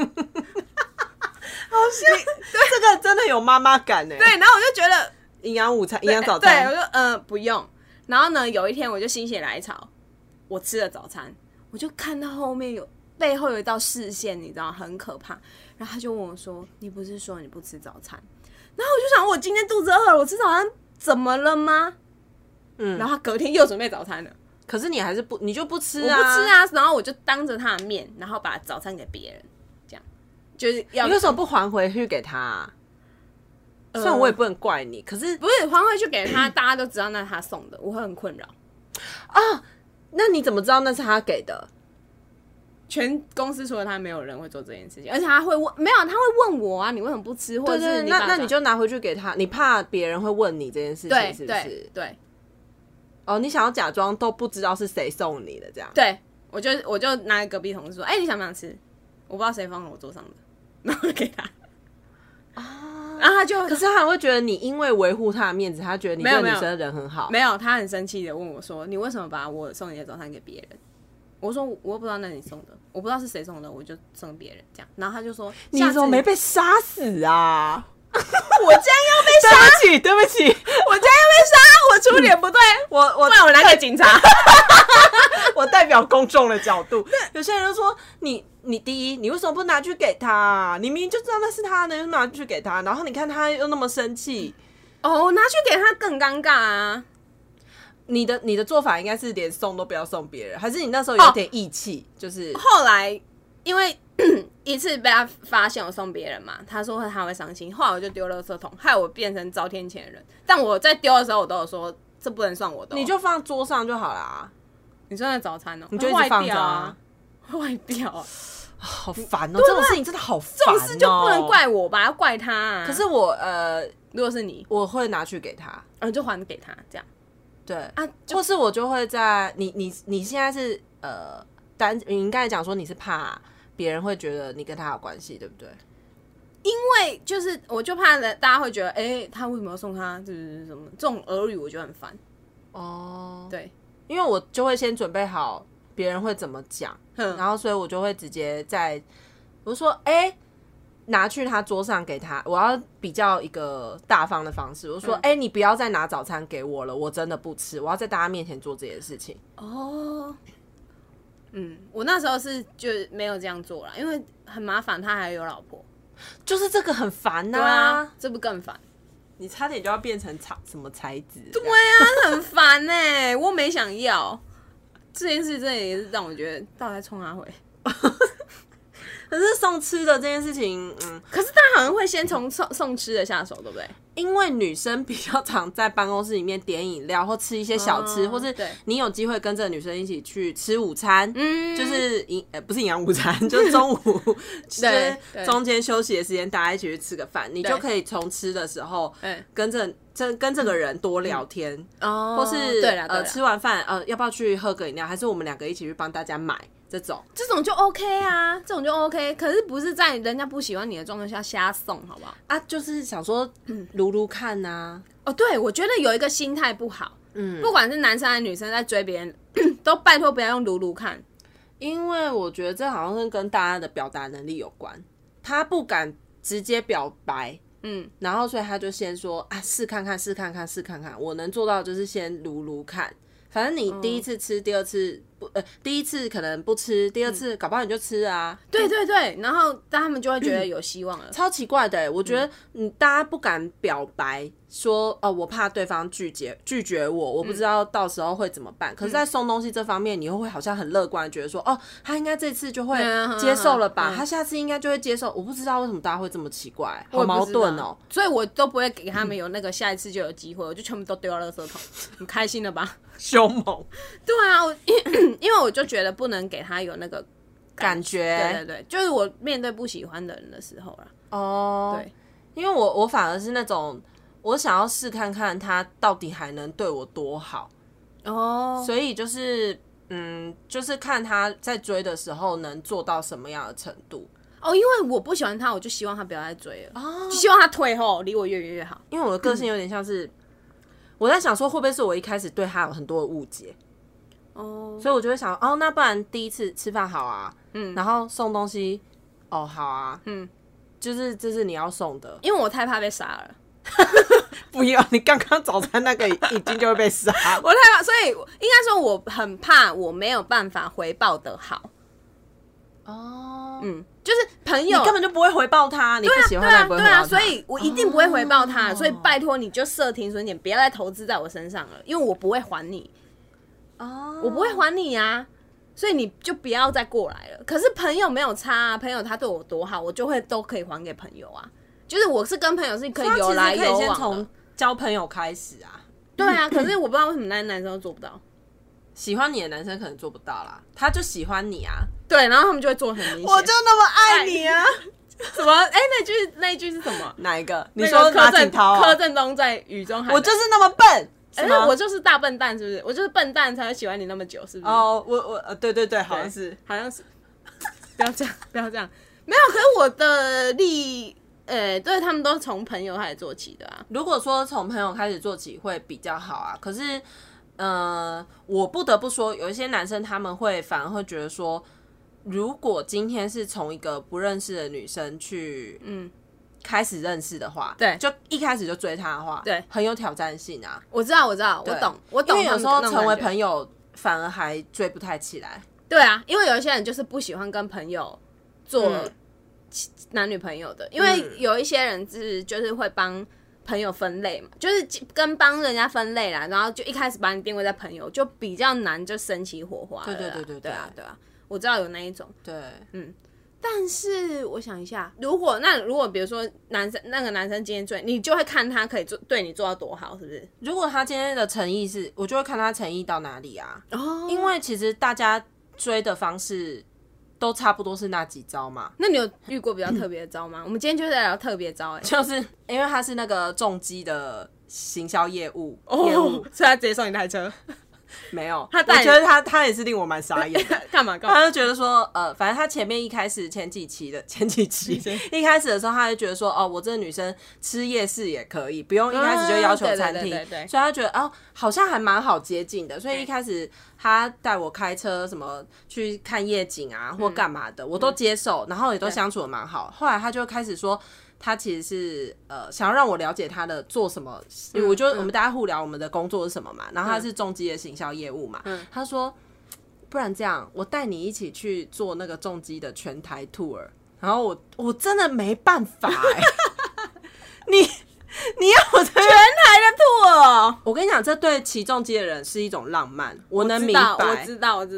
Speaker 1: 像对这个真的有妈妈感呢。
Speaker 2: 对，然后我就觉得
Speaker 1: 营养午餐、营养早餐，
Speaker 2: 对，我就嗯、呃、不用。然后呢，有一天我就心血来潮，我吃了早餐。我就看到后面有背后有一道视线，你知道很可怕。然后他就问我说：“你不是说你不吃早餐？”然后我就想，我今天肚子饿了，我吃早餐怎么了吗？嗯。然后他隔天又准备早餐了，
Speaker 1: 可是你还是不，你就不吃啊？
Speaker 2: 我不吃啊。然后我就当着他的面，然后把早餐给别人，这样就是要。
Speaker 1: 你为什么不还回去给他、啊？虽然我也不能怪你，可是
Speaker 2: 不是还回去给他，大家都知道那是他送的，我会很困扰
Speaker 1: 啊。那你怎么知道那是他给的？
Speaker 2: 全公司除了他，没有人会做这件事情，而且他会问，没有，他会问我啊，你为什么不吃？或者是
Speaker 1: 你那那你就拿回去给他，你怕别人会问你这件事情，是不是？
Speaker 2: 对对。
Speaker 1: 哦，你想要假装都不知道是谁送你的，这样？
Speaker 2: 对，我就我就拿给隔壁同事说，哎、欸，你想不想吃？我不知道谁放在我桌上的，然后就给他。啊，然后他就，
Speaker 1: 可是他还会觉得你因为维护他的面子，他觉得你这个女生人很好。
Speaker 2: 没有，他很生气的问我说：“你为什么把我送你的早餐给别人？”我说：“我又不知道那你送的，我不知道是谁送的，我就送别人这样。”然后他就说：“
Speaker 1: 你怎么没被杀死啊？”
Speaker 2: 我这样要被杀？
Speaker 1: 对不起，对不起，
Speaker 2: 我这样要被杀？我出点不对，
Speaker 1: 我我
Speaker 2: 不然我拿给警察。
Speaker 1: 我代表公众的角度，有些人就说你你第一，你为什么不拿去给他、啊？你明明就知道那是他的，又拿去给他，然后你看他又那么生气，
Speaker 2: 哦，拿去给他更尴尬啊！
Speaker 1: 你的你的做法应该是连送都不要送别人，还是你那时候有点义气？哦、就是
Speaker 2: 后来因为一次被他发现我送别人嘛，他说他会伤心，后来我就丢垃圾桶，害我变成遭天谴的人。但我在丢的时候，我都有说这不能算我的、哦，
Speaker 1: 你就放桌上就好啦。
Speaker 2: 你说那早餐哦、喔，
Speaker 1: 你就一直放着啊，
Speaker 2: 会坏掉啊，
Speaker 1: 好烦哦、喔！这种事情真的好烦、喔，
Speaker 2: 这种事就不能怪我吧，要怪他、啊。
Speaker 1: 可是我呃，
Speaker 2: 如果是你，
Speaker 1: 我会拿去给他，
Speaker 2: 嗯，就还给他这样。
Speaker 1: 对啊，或是我就会在你你你现在是呃单，你刚才讲说你是怕别人会觉得你跟他有关系，对不对？
Speaker 2: 因为就是我就怕大家会觉得，哎、欸，他为什么要送他？就是什么这种耳语，我就很烦。哦，对。
Speaker 1: 因为我就会先准备好别人会怎么讲，然后所以我就会直接在我就说，哎、欸，拿去他桌上给他，我要比较一个大方的方式。我说，哎、嗯欸，你不要再拿早餐给我了，我真的不吃，我要在大家面前做这件事情。
Speaker 2: 哦，嗯，我那时候是就没有这样做啦，因为很麻烦，他还有老婆，
Speaker 1: 就是这个很烦呐、
Speaker 2: 啊，啊，这不更烦？
Speaker 1: 你差点就要变成材什么材质？
Speaker 2: 对啊，很烦哎、欸！我没想要这件事，真的也是让我觉得到底在冲他回。
Speaker 1: 可是送吃的这件事情，嗯，
Speaker 2: 可是大家好像会先从送送吃的下手，对不对？
Speaker 1: 因为女生比较常在办公室里面点饮料或吃一些小吃，哦、或是你有机会跟着女生一起去吃午餐，嗯，就是营呃不是营养午餐，就是中午就是中间休息的时间，大家一起去吃个饭，你就可以从吃的时候跟着这跟这个人多聊天，嗯、或是
Speaker 2: 对啦
Speaker 1: 呃吃完饭呃要不要去喝个饮料，还是我们两个一起去帮大家买。这种
Speaker 2: 这种就 OK 啊，这种就 OK， 可是不是在人家不喜欢你的状态下瞎送，好不好？
Speaker 1: 啊，就是想说撸撸看啊。
Speaker 2: 哦，对，我觉得有一个心态不好，嗯，不管是男生还是女生在追别人，都拜托不要用撸撸看，
Speaker 1: 因为我觉得这好像是跟大家的表达能力有关，他不敢直接表白。嗯，然后所以他就先说啊，试看看，试看看，试看看，我能做到就是先撸撸看。反正你第一次吃，第二次不呃，第一次可能不吃，第二次搞不好你就吃啊。
Speaker 2: 对对对，然后他们就会觉得有希望了。
Speaker 1: 嗯、超奇怪的、欸，我觉得嗯，大家不敢表白说哦，我怕对方拒绝拒绝我，我不知道到时候会怎么办。嗯、可是，在送东西这方面，你又会好像很乐观，觉得说哦，他应该这次就会接受了吧，嗯、他下次应该就会接受。我不知道为什么大家会这么奇怪，好矛盾哦。
Speaker 2: 所以我都不会给他们有那个下一次就有机会，我就全部都丢到垃圾桶，很开心了吧？
Speaker 1: 凶猛。
Speaker 2: 对啊，我因为我就觉得不能给他有那个
Speaker 1: 感觉，
Speaker 2: 对对对，就是我面对不喜欢的人的时候啦。
Speaker 1: 哦，对，因为我我反而是那种我想要试看看他到底还能对我多好哦，所以就是嗯，就是看他在追的时候能做到什么样的程度。
Speaker 2: 哦，因为我不喜欢他，我就希望他不要再追了，哦，就希望他退后，离我越远越好。
Speaker 1: 因为我的个性有点像是。嗯，我在想说，会不会是我一开始对他有很多的误解，哦，所以我就会想，哦，那不然第一次吃饭好啊，嗯，然后送东西，哦，好啊，嗯，就是这是你要送的，
Speaker 2: 因为我太怕被杀了。
Speaker 1: 不要，你刚刚早餐那个已经就会被杀，
Speaker 2: 我太怕，所以应该说我很怕我没有办法回报得好。哦，嗯，就是朋友，
Speaker 1: 你根本就不会回报他，你不喜欢他也不会回报他，
Speaker 2: 对啊，所以我一定不会回报他，哦，所以拜托你就设停损点，不要再投资在我身上了，因为我不会还你，哦，我不会还你啊，所以你就不要再过来了。可是朋友没有差啊，朋友他对我多好，我就会都可以还给朋友啊，就是我是跟朋友是可以有来有往的，
Speaker 1: 可以先从交朋友开始啊，
Speaker 2: 对啊，可是我不知道为什么那些男生都做不到。
Speaker 1: 喜欢你的男生可能做不到啦，他就喜欢你啊，
Speaker 2: 对，然后他们就会做很明显。
Speaker 1: 我就那么爱你啊！
Speaker 2: 什么？哎，那句那句是什么？
Speaker 1: 哪一个？你说马景涛？
Speaker 2: 柯震东在雨中海。
Speaker 1: 我就是那么笨，
Speaker 2: 哎，我就是大笨蛋，是不是？我就是笨蛋才会喜欢你那么久，是不是？
Speaker 1: 哦，我我呃，对对对，好像是，
Speaker 2: 好像是。不要这样，不要这样。没有，可是我的利，呃，对他们都是从朋友开始做起的啊。
Speaker 1: 如果说从朋友开始做起会比较好啊，可是。呃，我不得不说，有一些男生他们会反而会觉得说，如果今天是从一个不认识的女生去，嗯，开始认识的话，
Speaker 2: 对，
Speaker 1: 就一开始就追她的话，
Speaker 2: 对，
Speaker 1: 很有挑战性啊。
Speaker 2: 我知道，我知道，我懂，我懂。
Speaker 1: 因为有时候成为朋友反而还追不太起来。
Speaker 2: 对啊，因为有一些人就是不喜欢跟朋友做男女朋友的，因为有一些人是就是会帮。朋友分类嘛，就是跟帮人家分类啦，然后就一开始把你定位在朋友，就比较难就升起火花了。
Speaker 1: 对对对对
Speaker 2: 对啊对啊，我知道有那一种。
Speaker 1: 对，
Speaker 2: 嗯，但是我想一下，如果那如果比如说男生那个男生今天追你，就会看他可以做对你做到多好，是不是？
Speaker 1: 如果他今天的诚意是，我就会看他诚意到哪里啊。哦，因为其实大家追的方式。都差不多是那几招嘛。
Speaker 2: 那你有遇过比较特别的招吗？我们今天就是在聊特别招，哎，
Speaker 1: 就是因为他是那个重机的行销业务，
Speaker 2: 哦，业务，所以他直接送你台车。
Speaker 1: 没有，他我觉得他他也是令我蛮傻眼的。
Speaker 2: 干嘛干嘛？
Speaker 1: 他就觉得说，呃，反正他前面一开始前几期的前几期一开始的时候，他就觉得说，哦，我这个女生吃夜市也可以，不用一开始就要求餐厅，所以他觉得哦，好像还蛮好接近的。所以一开始他带我开车什么去看夜景啊，或干嘛的，我都接受，然后也都相处的蛮好。后来他就开始说。他其实是呃想要让我了解他的做什么，因为我就、嗯、我们大家互聊我们的工作是什么嘛，然后他是重机的行销业务嘛，嗯、他说不然这样，我带你一起去做那个重机的全台 tour， 然后我我真的没办法哎、欸，你你要我全台
Speaker 2: 的 tour，
Speaker 1: 我跟你讲，这对骑重机的人是一种浪漫，我能明白，
Speaker 2: 我知道我知道。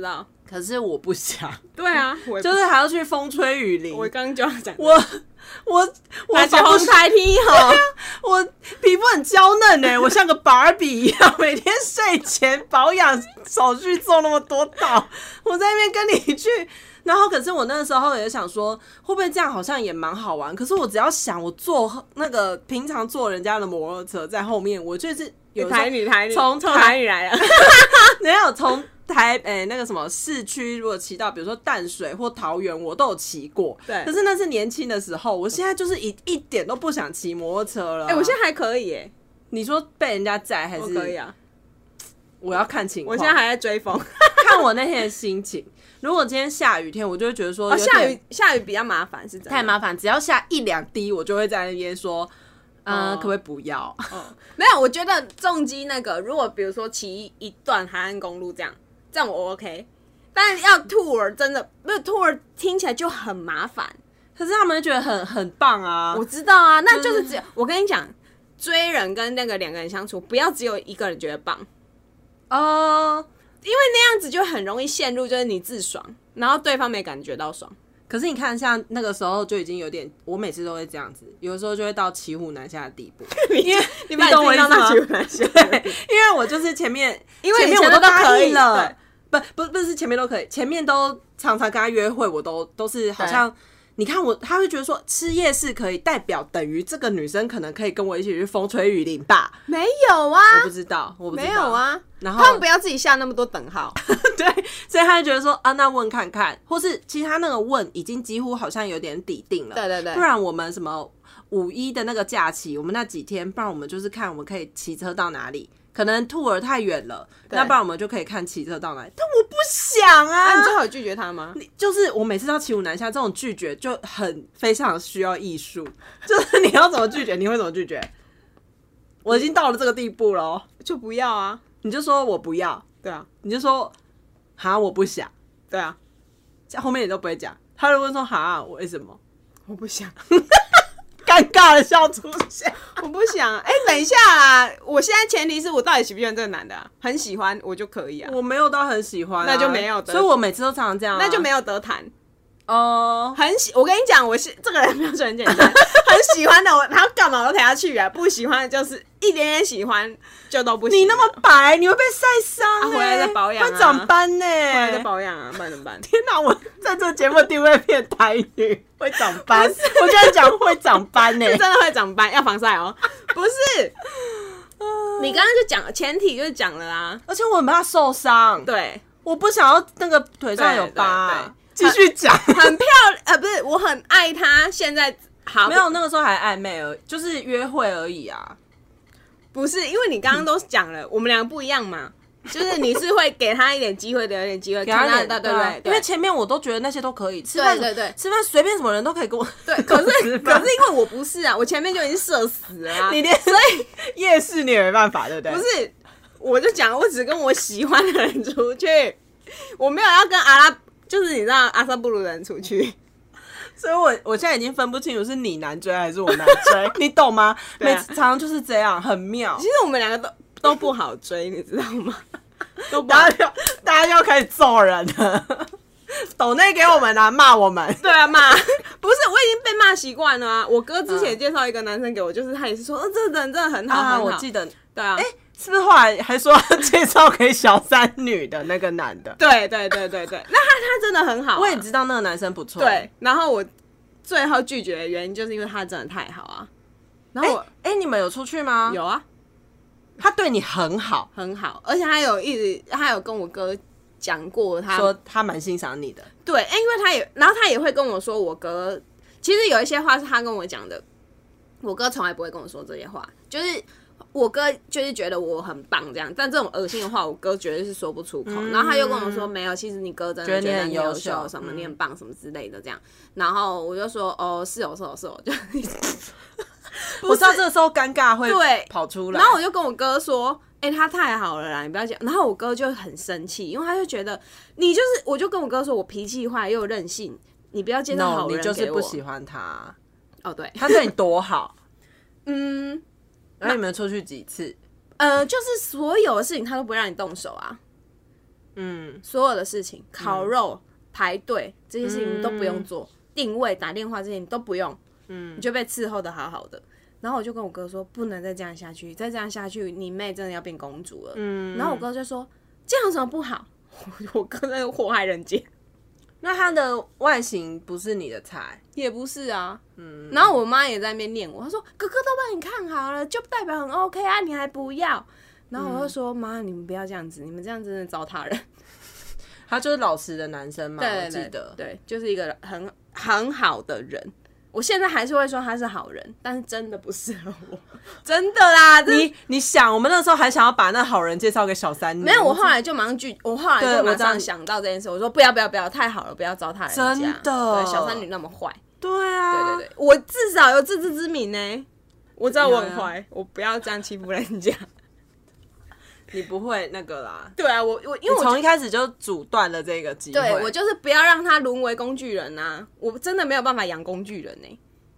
Speaker 1: 可是我不想。
Speaker 2: 对啊，
Speaker 1: 就是还要去风吹雨淋。
Speaker 2: 我刚刚就要讲，
Speaker 1: 我我我
Speaker 2: 红台踢吼，
Speaker 1: 我皮肤很娇嫩哎，我像个芭比一样，每天睡前保养手续做那么多道，我在那边跟你去。然后，可是我那个时候也想说，会不会这样好像也蛮好玩？可是我只要想，我坐那个平常坐人家的摩托车在后面，我就是有
Speaker 2: 台女台女
Speaker 1: 从
Speaker 2: 台女来了，
Speaker 1: 没有从台诶、欸、那个什么市区，如果骑到比如说淡水或桃园，我都有骑过。
Speaker 2: 对，
Speaker 1: 可是那是年轻的时候，我现在就是一一点都不想骑摩托车了、啊。
Speaker 2: 哎、欸，我现在还可以耶。
Speaker 1: 你说被人家载还是？
Speaker 2: 我可以啊。
Speaker 1: 我要看情况。
Speaker 2: 我现在还在追风，
Speaker 1: 看我那天的心情。如果今天下雨天，我就会觉得说，
Speaker 2: 哦，下雨下雨比较麻烦，是真的
Speaker 1: 太麻烦。只要下一两滴，我就会在那边说，嗯、呃， oh. 可不可以不要？
Speaker 2: 哦，没有，我觉得重机那个，如果比如说骑一段海岸公路这样，这样我 OK。但要 tour 真的没有 tour 听起来就很麻烦，
Speaker 1: 可是他们觉得很很棒啊。
Speaker 2: 我知道啊，那就是只有、就是、我跟你讲，追人跟那个两个人相处，不要只有一个人觉得棒哦。Uh, 因为那样子就很容易陷入，就是你自爽，然后对方没感觉到爽。
Speaker 1: 可是你看，像那个时候就已经有点，我每次都会这样子，有的时候就会到骑虎难下的地步。因为
Speaker 2: 你把你懂我意思吗？骑虎难下，
Speaker 1: 对，因为我就是前面，
Speaker 2: 因为
Speaker 1: 前面我都答应了，
Speaker 2: 不
Speaker 1: 不不是前面都可以，前面都常常跟他约会，我都都是好像。你看我，他会觉得说吃夜市可以代表等于这个女生可能可以跟我一起去风吹雨淋吧？
Speaker 2: 没有啊，
Speaker 1: 我不知道，我不知道，
Speaker 2: 没有啊。
Speaker 1: 然后
Speaker 2: 他们不要自己下那么多等号，
Speaker 1: 对，所以他就觉得说啊，那问看看，或是其实他那个问已经几乎好像有点底定了，
Speaker 2: 对对对。
Speaker 1: 不然我们什么五一的那个假期，我们那几天，不然我们就是看我们可以骑车到哪里。可能 tour 太远了，那不然我们就可以看骑车到哪里。但我不想啊！
Speaker 2: 啊你最好拒绝他吗？
Speaker 1: 你就是我每次到骑虎难下，这种拒绝就很非常需要艺术。就是你要怎么拒绝，你会怎么拒绝？我已经到了这个地步了，
Speaker 2: 就不要啊！
Speaker 1: 你就说我不要，
Speaker 2: 对啊，
Speaker 1: 你就说哈我不想，
Speaker 2: 对啊，
Speaker 1: 后面你都不会讲。他就问说哈我为什么？
Speaker 2: 我不想。
Speaker 1: 尴尬的笑出现，
Speaker 2: 我不想。哎、欸，等一下啊！我现在前提是我到底喜不喜欢这个男的啊？很喜欢我就可以啊。
Speaker 1: 我没有到很喜欢、啊，
Speaker 2: 那就没有得。
Speaker 1: 所以我每次都常常这样、啊，
Speaker 2: 那就没有得谈。
Speaker 1: 哦、
Speaker 2: uh, 很喜，我跟你讲，我是这个人标准很简单，很喜欢的，我他要干嘛我都陪他去啊。不喜欢的就是一点点喜欢就都不行。
Speaker 1: 你那么白，你会被晒伤、欸，
Speaker 2: 啊，回来再保养、啊，
Speaker 1: 会长斑呢、欸，
Speaker 2: 回来再保养啊，不然怎么办？
Speaker 1: 天哪，我在这个节目定位变台女，会长斑，我跟你讲会长斑呢、欸，
Speaker 2: 真的会长斑，要防晒哦。不是，你刚刚就讲前提就是讲了啊，
Speaker 1: 而且我很怕受伤，
Speaker 2: 对，
Speaker 1: 我不想要那个腿上有疤、
Speaker 2: 对对对。
Speaker 1: 继续讲，
Speaker 2: 很漂亮，呃，不是，我很爱他。现在好，
Speaker 1: 没有那个时候还暧昧而已，就是约会而已啊。
Speaker 2: 不是，因为你刚刚都讲了，我们两个不一样嘛。就是你是会给他一点机会的，有点机会，
Speaker 1: 给他一点，
Speaker 2: 对对对。
Speaker 1: 因为前面我都觉得那些都可以，吃饭
Speaker 2: 对对对，
Speaker 1: 吃饭随便什么人都可以跟我。
Speaker 2: 对，可是可是因为我不是啊，我前面就已经社死了啊。
Speaker 1: 你连所以夜市你也没办法，对不对？
Speaker 2: 不是，我就讲，我只跟我喜欢的人出去，我没有要跟阿拉。就是你知道阿萨布鲁人出去，
Speaker 1: 所以我我现在已经分不清楚是你难追还是我难追，你懂吗？啊、每次常常就是这样，很妙。
Speaker 2: 其实我们两个都都不好追，你知道吗？都不
Speaker 1: 好大家要大家要开始揍人了，抖内给我们啊，骂我们。
Speaker 2: 对啊，骂不是我已经被骂习惯了啊。我哥之前介绍一个男生给我，就是他也是说，哦，这个人真的很好，
Speaker 1: 啊、
Speaker 2: 很好。
Speaker 1: 我记得，
Speaker 2: 对啊。
Speaker 1: 哎、欸。是不是后来还说介绍给小三女的那个男的？
Speaker 2: 对对对对对，那他他真的很好、啊，
Speaker 1: 我也知道那个男生不错。
Speaker 2: 对，然后我最后拒绝的原因就是因为他真的太好啊。然后我
Speaker 1: 哎、欸欸，你们有出去吗？
Speaker 2: 有啊，
Speaker 1: 他对你很好，
Speaker 2: 很好，而且他有一直他有跟我哥讲过他，他
Speaker 1: 说他蛮欣赏你的。
Speaker 2: 对，因为他也，然后他也会跟我说，我哥其实有一些话是他跟我讲的，我哥从来不会跟我说这些话，就是。我哥就是觉得我很棒这样，但这种恶心的话，我哥绝对是说不出口。嗯、然后他又跟我说没有，其实你哥真的觉得你很优秀，什么你很棒什么之类的这样。然后我就说哦，是哦是哦是哦，就
Speaker 1: 我知道这个时候尴尬会
Speaker 2: 对
Speaker 1: 跑出来。
Speaker 2: 然后我就跟我哥说，哎、欸，他太好了啦，你不要讲。然后我哥就很生气，因为他就觉得你就是，我就跟我哥说我脾气坏又任性，你不要介绍好人给我。
Speaker 1: No, 你就是不喜欢他。
Speaker 2: 哦，对，
Speaker 1: 他对你多好。
Speaker 2: 嗯。
Speaker 1: 那你们出去几次？
Speaker 2: 呃，就是所有的事情他都不会让你动手啊。 嗯，所有的事情，烤肉、嗯、排队这些事情你都不用做，嗯、定位、打电话这些你都不用，嗯，你就被伺候的好好的。然后我就跟我哥说，不能再这样下去，再这样下去，你妹真的要变公主了。嗯，然后我哥就说，这样有什么不好？我哥在祸害人间。
Speaker 1: 那他的外形不是你的菜，
Speaker 2: 也不是啊。嗯，然后我妈也在那边念我，她说哥哥都帮你看好了，就代表很 OK 啊，你还不要？然后我就说妈、嗯，你们不要这样子，你们这样真的糟蹋人。
Speaker 1: 他就是老实的男生嘛，
Speaker 2: 对对对，
Speaker 1: 我记得，
Speaker 2: 对，就是一个很很好的人。我现在还是会说他是好人，但是真的不适合我，真的啦。
Speaker 1: 你你想，我们那时候还想要把那好人介绍给小三女，
Speaker 2: 没有，我后来就马上拒，我后来就马上想到这件事，我说不要不要不要，太好了，不要糟蹋人家，
Speaker 1: 真的，
Speaker 2: 对，小三女那么坏，
Speaker 1: 对啊，
Speaker 2: 对对对，我至少有自知之明呢，我知道我很坏，我不要这样欺负人家。
Speaker 1: 你不会那个啦，
Speaker 2: 对啊，我我因为我
Speaker 1: 从一开始就阻断了这个机会，
Speaker 2: 对，我就是不要让他沦为工具人啊！我真的没有办法养工具人呢、欸，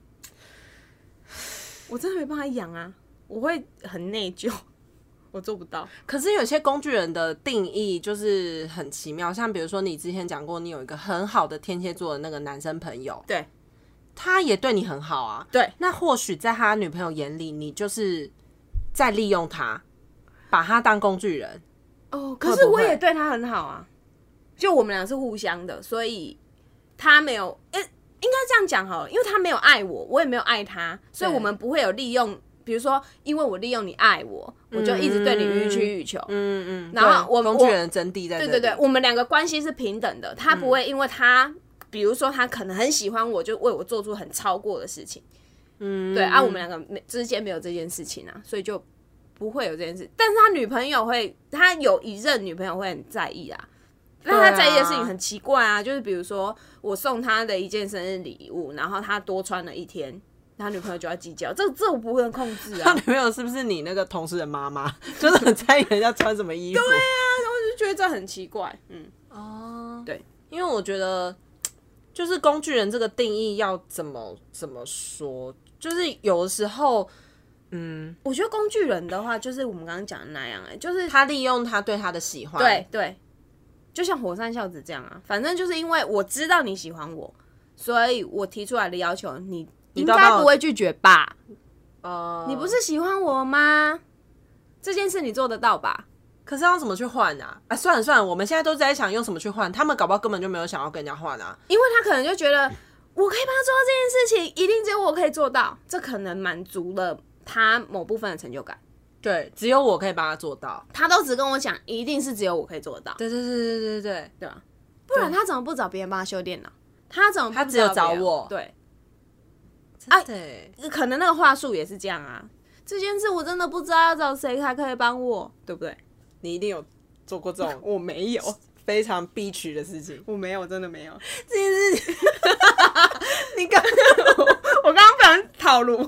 Speaker 2: 我真的没办法养啊，我会很内疚，我做不到。
Speaker 1: 可是有些工具人的定义就是很奇妙，像比如说你之前讲过，你有一个很好的天蝎座的那个男生朋友，
Speaker 2: 对，
Speaker 1: 他也对你很好啊，
Speaker 2: 对，
Speaker 1: 那或许在他女朋友眼里，你就是在利用他。把他当工具人
Speaker 2: 哦，可是我也对他很好啊，就我们俩是互相的，所以他没有，欸、应该这样讲好了，因为他没有爱我，我也没有爱他，所以我们不会有利用，比如说，因为我利用你爱我，我就一直对你予取予求，嗯嗯，然后我
Speaker 1: 工具人的真谛在这里，
Speaker 2: 对对对，我们两个关系是平等的，他不会因为他，嗯、比如说他可能很喜欢我，就为我做出很超过的事情，嗯，对啊，我们两个之间没有这件事情啊，所以就。不会有这件事，但是他女朋友会，他有一任女朋友会很在意啊。但他在意的事情很奇怪啊，就是比如说我送他的一件生日礼物，然后他多穿了一天，他女朋友就要计较，这这我不能控制啊。
Speaker 1: 他女朋友是不是你那个同事的妈妈？就是很在意人家穿什么衣服。
Speaker 2: 对啊，我就觉得这很奇怪。嗯，
Speaker 1: 哦，
Speaker 2: 对，
Speaker 1: 因为我觉得就是工具人这个定义要怎么怎么说，就是有的时候。嗯，
Speaker 2: 我觉得工具人的话，就是我们刚刚讲的那样、欸，哎，就是
Speaker 1: 他利用他对他的喜欢，
Speaker 2: 对对，就像火山孝子这样啊。反正就是因为我知道你喜欢我，所以我提出来的要求，你应该不会拒绝吧？呃，你不是喜欢我吗？这件事你做得到吧？
Speaker 1: 可是要怎么去换啊？啊，算了算了，我们现在都在想用什么去换，他们搞不好根本就没有想要跟人家换啊，
Speaker 2: 因为他可能就觉得我可以帮他做到这件事情，一定只有我可以做到，这可能满足了。他某部分的成就感，
Speaker 1: 对，只有我可以帮他做到。
Speaker 2: 他都只跟我讲，一定是只有我可以做得到。
Speaker 1: 对对对对对对
Speaker 2: 对吧？不然他怎么不找别人帮他修电脑？他怎么不
Speaker 1: 他只有找我？
Speaker 2: 对，
Speaker 1: 啊，对，
Speaker 2: 可能那个话术也是这样啊。这件事我真的不知道要找谁才可以帮我，对不对？
Speaker 1: 你一定有做过这种
Speaker 2: 我没有
Speaker 1: 非常逼取的事情，
Speaker 2: 我没有，真的没有
Speaker 1: 这件事情。
Speaker 2: 你刚我我刚刚不想套路。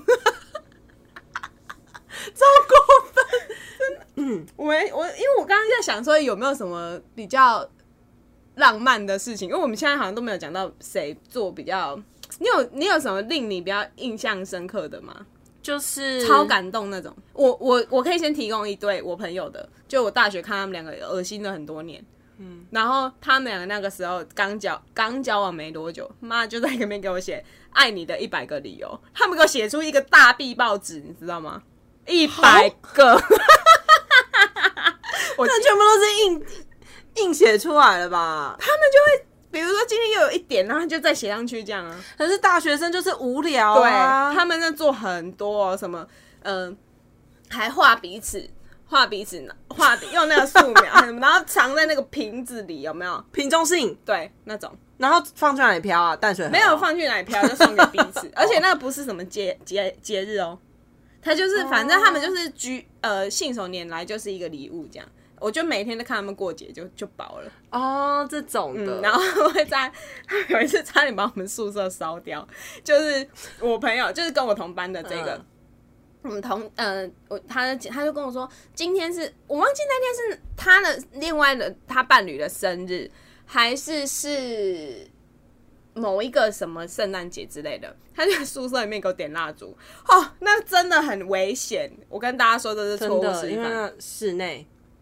Speaker 1: 超过分，
Speaker 2: 真的。嗯，我我因为我刚刚在想说有没有什么比较浪漫的事情，因为我们现在好像都没有讲到谁做比较。你有你有什么令你比较印象深刻的吗？
Speaker 1: 就是
Speaker 2: 超感动那种。我我我可以先提供一对我朋友的，就我大学看他们两个恶心了很多年。嗯，然后他们两个那个时候刚交刚交往没多久，妈就在那边给我写爱你的一百个理由，他们给我写出一个大壁报纸，你知道吗？一百个，
Speaker 1: 我那全部都是硬硬写出来了吧？
Speaker 2: 他们就会，比如说今天又有一点，然后就再写上去这样啊。
Speaker 1: 可是大学生就是无聊啊，
Speaker 2: 对，他们在做很多、哦、什么，嗯、呃，还画彼此。画彼此，画用那个素描，然后藏在那个瓶子里，有没有？
Speaker 1: 瓶中信，
Speaker 2: 对，那种，
Speaker 1: 然后放去哪里飘啊？淡水河
Speaker 2: 没有放去哪里飘，就送给彼此。而且那个不是什么节节节日哦，他就是反正他们就是居呃信手拈来就是一个礼物这样。我就每天都看他们过节就就饱了
Speaker 1: 哦，这种的、
Speaker 2: 嗯。然后会在有一次差点把我们宿舍烧掉，就是我朋友就是跟我同班的这个。嗯我们同呃，我他他就跟我说，今天是我忘记那天是他的另外的他伴侣的生日，还是是某一个什么圣诞节之类的。他就在宿舍里面给我点蜡烛，哦，那真的很危险。我跟大家说这是错误示范，
Speaker 1: 因为室内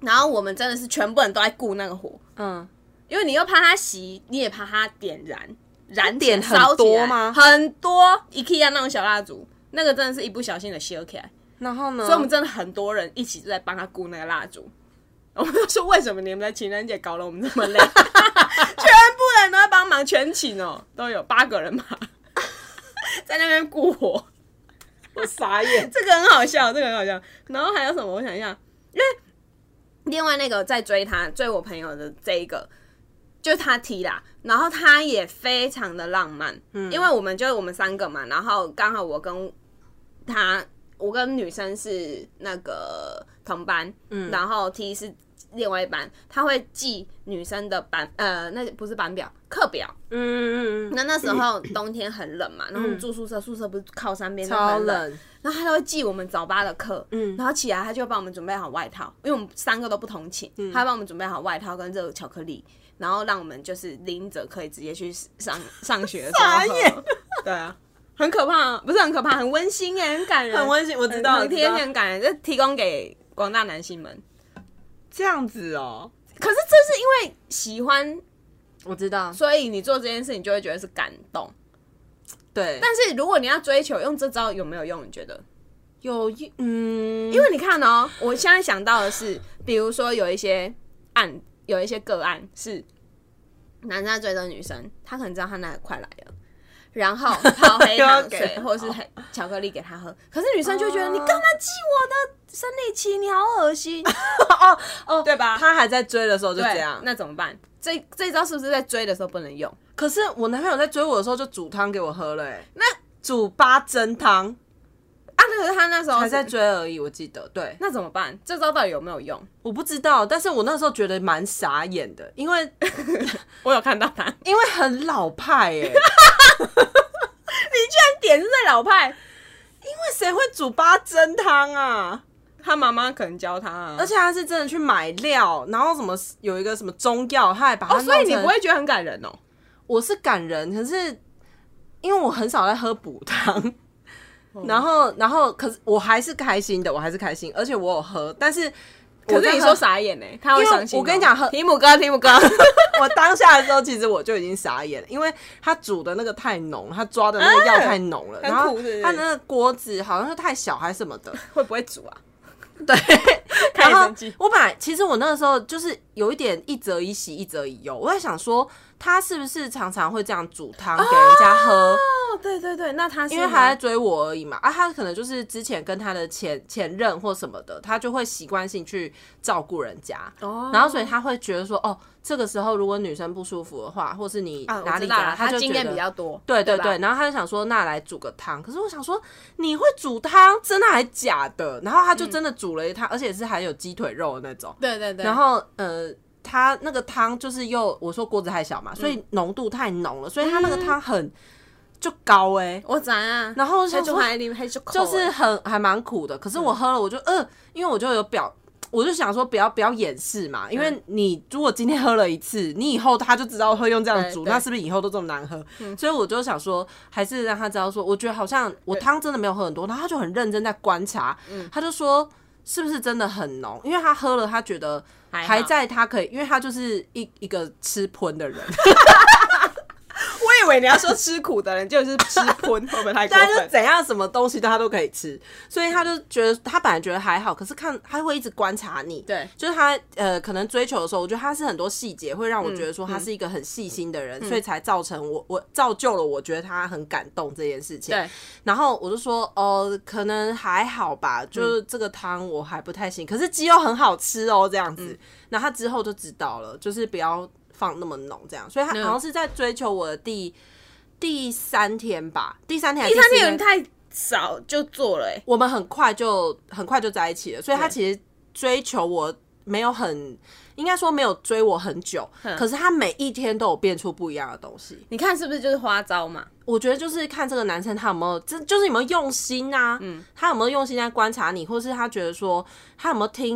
Speaker 2: 然后我们真的是全部人都在顾那个火，
Speaker 1: 嗯，
Speaker 2: 因为你又怕它熄，你也怕它点燃，燃
Speaker 1: 点很多吗？
Speaker 2: 很多 IKEA 那种小蜡烛，那个真的是一不小心的烧起来。
Speaker 1: 然后呢？
Speaker 2: 所以我们真的很多人一起就在帮他顾那个蜡烛。我们就说为什么你们在情人节搞得我们这么累？全部人都在帮忙，全寝哦，都有八个人吧，在那边顾火。
Speaker 1: 我傻眼，
Speaker 2: 这个很好笑，这个很好笑。然后还有什么？我想一下，因为另外那个在追他追我朋友的这一个，就是他踢啦，然后他也非常的浪漫，嗯，因为我们就是我们三个嘛，然后刚好我跟他。我跟女生是那个同班，嗯，然后 T 是另外一班，他会记女生的班，呃，那不是班表，课表，嗯嗯嗯。那那时候冬天很冷嘛，然后我们住宿舍，宿舍不是靠山边，
Speaker 1: 超冷，
Speaker 2: 然后他都会记我们早八的课，嗯，然后起来他就帮我们准备好外套，因为我们三个都不同寝，嗯，他帮我们准备好外套跟热巧克力，然后让我们就是拎着可以直接去上上学的时候喝，对啊。很可怕，不是很可怕，很温馨耶，很感人，
Speaker 1: 很温馨，我知道，
Speaker 2: 很贴心，很感人，就提供给广大男性们。
Speaker 1: 这样子哦，
Speaker 2: 可是这是因为喜欢，
Speaker 1: 我知道，
Speaker 2: 所以你做这件事，你就会觉得是感动。
Speaker 1: 对，
Speaker 2: 但是如果你要追求，用这招有没有用？你觉得
Speaker 1: 有用？嗯，
Speaker 2: 因为你看哦，我现在想到的是，比如说有一些案，有一些个案是男生在追着女生，他可能知道他那个快来了。然后泡黑糖水或是巧克力给他喝，可是女生就觉得、oh. 你干嘛记我的生理期？你好恶心
Speaker 1: 哦哦，
Speaker 2: 对吧？
Speaker 1: 他还在追的时候就这样，
Speaker 2: 那怎么办？这这一招是不是在追的时候不能用？
Speaker 1: 可是我男朋友在追我的时候就煮汤给我喝了、欸，那煮八珍汤
Speaker 2: 啊，可是他那时候
Speaker 1: 还在追而已，我记得。对，
Speaker 2: 那怎么办？这招到底有没有用？
Speaker 1: 我不知道，但是我那时候觉得蛮傻眼的，因为
Speaker 2: 我有看到他，
Speaker 1: 因为很老派哎、欸。
Speaker 2: 你居然点是在老派，
Speaker 1: 因为谁会煮八珍汤啊？
Speaker 2: 他妈妈可能教他、啊，
Speaker 1: 而且他是真的去买料，然后什么有一个什么中药，他还把它弄成、
Speaker 2: 哦、所以你不会觉得很感人哦？
Speaker 1: 我是感人，可是因为我很少在喝补汤。然后，然后，可是我还是开心的，我还是开心，而且我有喝，但是，
Speaker 2: 可是你说傻眼呢、欸？他会伤心、喔。
Speaker 1: 我跟你讲，喝
Speaker 2: 提姆哥，提姆哥，
Speaker 1: 我当下的时候，其实我就已经傻眼了，因为他煮的那个太浓，他抓的那个药太浓了，
Speaker 2: 啊、
Speaker 1: 然后他那个锅子好像是太小还是什么的，
Speaker 2: 会不会煮啊？
Speaker 1: 对，
Speaker 2: 开始生气。
Speaker 1: 我本来其实我那个时候就是有一点一则以喜一则以忧，我在想说他是不是常常会这样煮汤给人家喝？
Speaker 2: 哦，对对对，那他是
Speaker 1: 因为他在追我而已嘛，啊，他可能就是之前跟他的前前任或什么的，他就会习惯性去照顾人家，哦，然后所以他会觉得说，哦，这个时候如果女生不舒服的话，或是你哪里给他，
Speaker 2: 啊、
Speaker 1: 他就
Speaker 2: 经验比较多，
Speaker 1: 对对 对, 对，然后他就想说，那来煮个汤。可是我想说，你会煮汤，真的还假的？然后他就真的煮了一汤，嗯、而且是还有鸡腿肉的那种，
Speaker 2: 对对对，
Speaker 1: 然后呃。他那个汤就是又我说锅子太小嘛，所以浓度太浓了，所以他那个汤很就高哎、欸，
Speaker 2: 我知啊。
Speaker 1: 然后想说就是很还蛮苦的，可是我喝了我就呃，因为我就有表，我就想说不要不要掩饰嘛，因为你如果今天喝了一次，你以后他就知道会用这样煮，那是不是以后都这么难喝？所以我就想说，还是让他知道说，我觉得好像我汤真的没有喝很多，然后他就很认真在观察，他就说是不是真的很浓，因为他喝了，他觉得。还在他可以，因为他就是一一个吃喷的人。
Speaker 2: 我以为你要说吃苦的人就是吃喷，会不会太过分？
Speaker 1: 但是怎样什么东西他都可以吃，所以他就觉得他本来觉得还好，可是看他会一直观察你，
Speaker 2: 对，
Speaker 1: 就是他呃可能追求的时候，我觉得他是很多细节会让我觉得说他是一个很细心的人，嗯、所以才造成我我造就了我觉得他很感动这件事情。
Speaker 2: 对，
Speaker 1: 然后我就说哦、呃，可能还好吧，就是这个汤我还不太行，可是鸡肉很好吃哦，这样子。嗯、然后他之后就知道了，就是不要放那么浓这样，所以他好像是在追求我的第。第三天吧，第三天还是
Speaker 2: 第三天有点太少就做了哎、欸，
Speaker 1: 我们很快就很快就在一起了，所以他其实追求我没有很，应该说没有追我很久，可是他每一天都有变出不一样的东西。
Speaker 2: 你看是不是就是花招嘛？
Speaker 1: 我觉得就是看这个男生他有没有，这就是有没有用心啊，嗯，他有没有用心在观察你，或是他觉得说他有没有听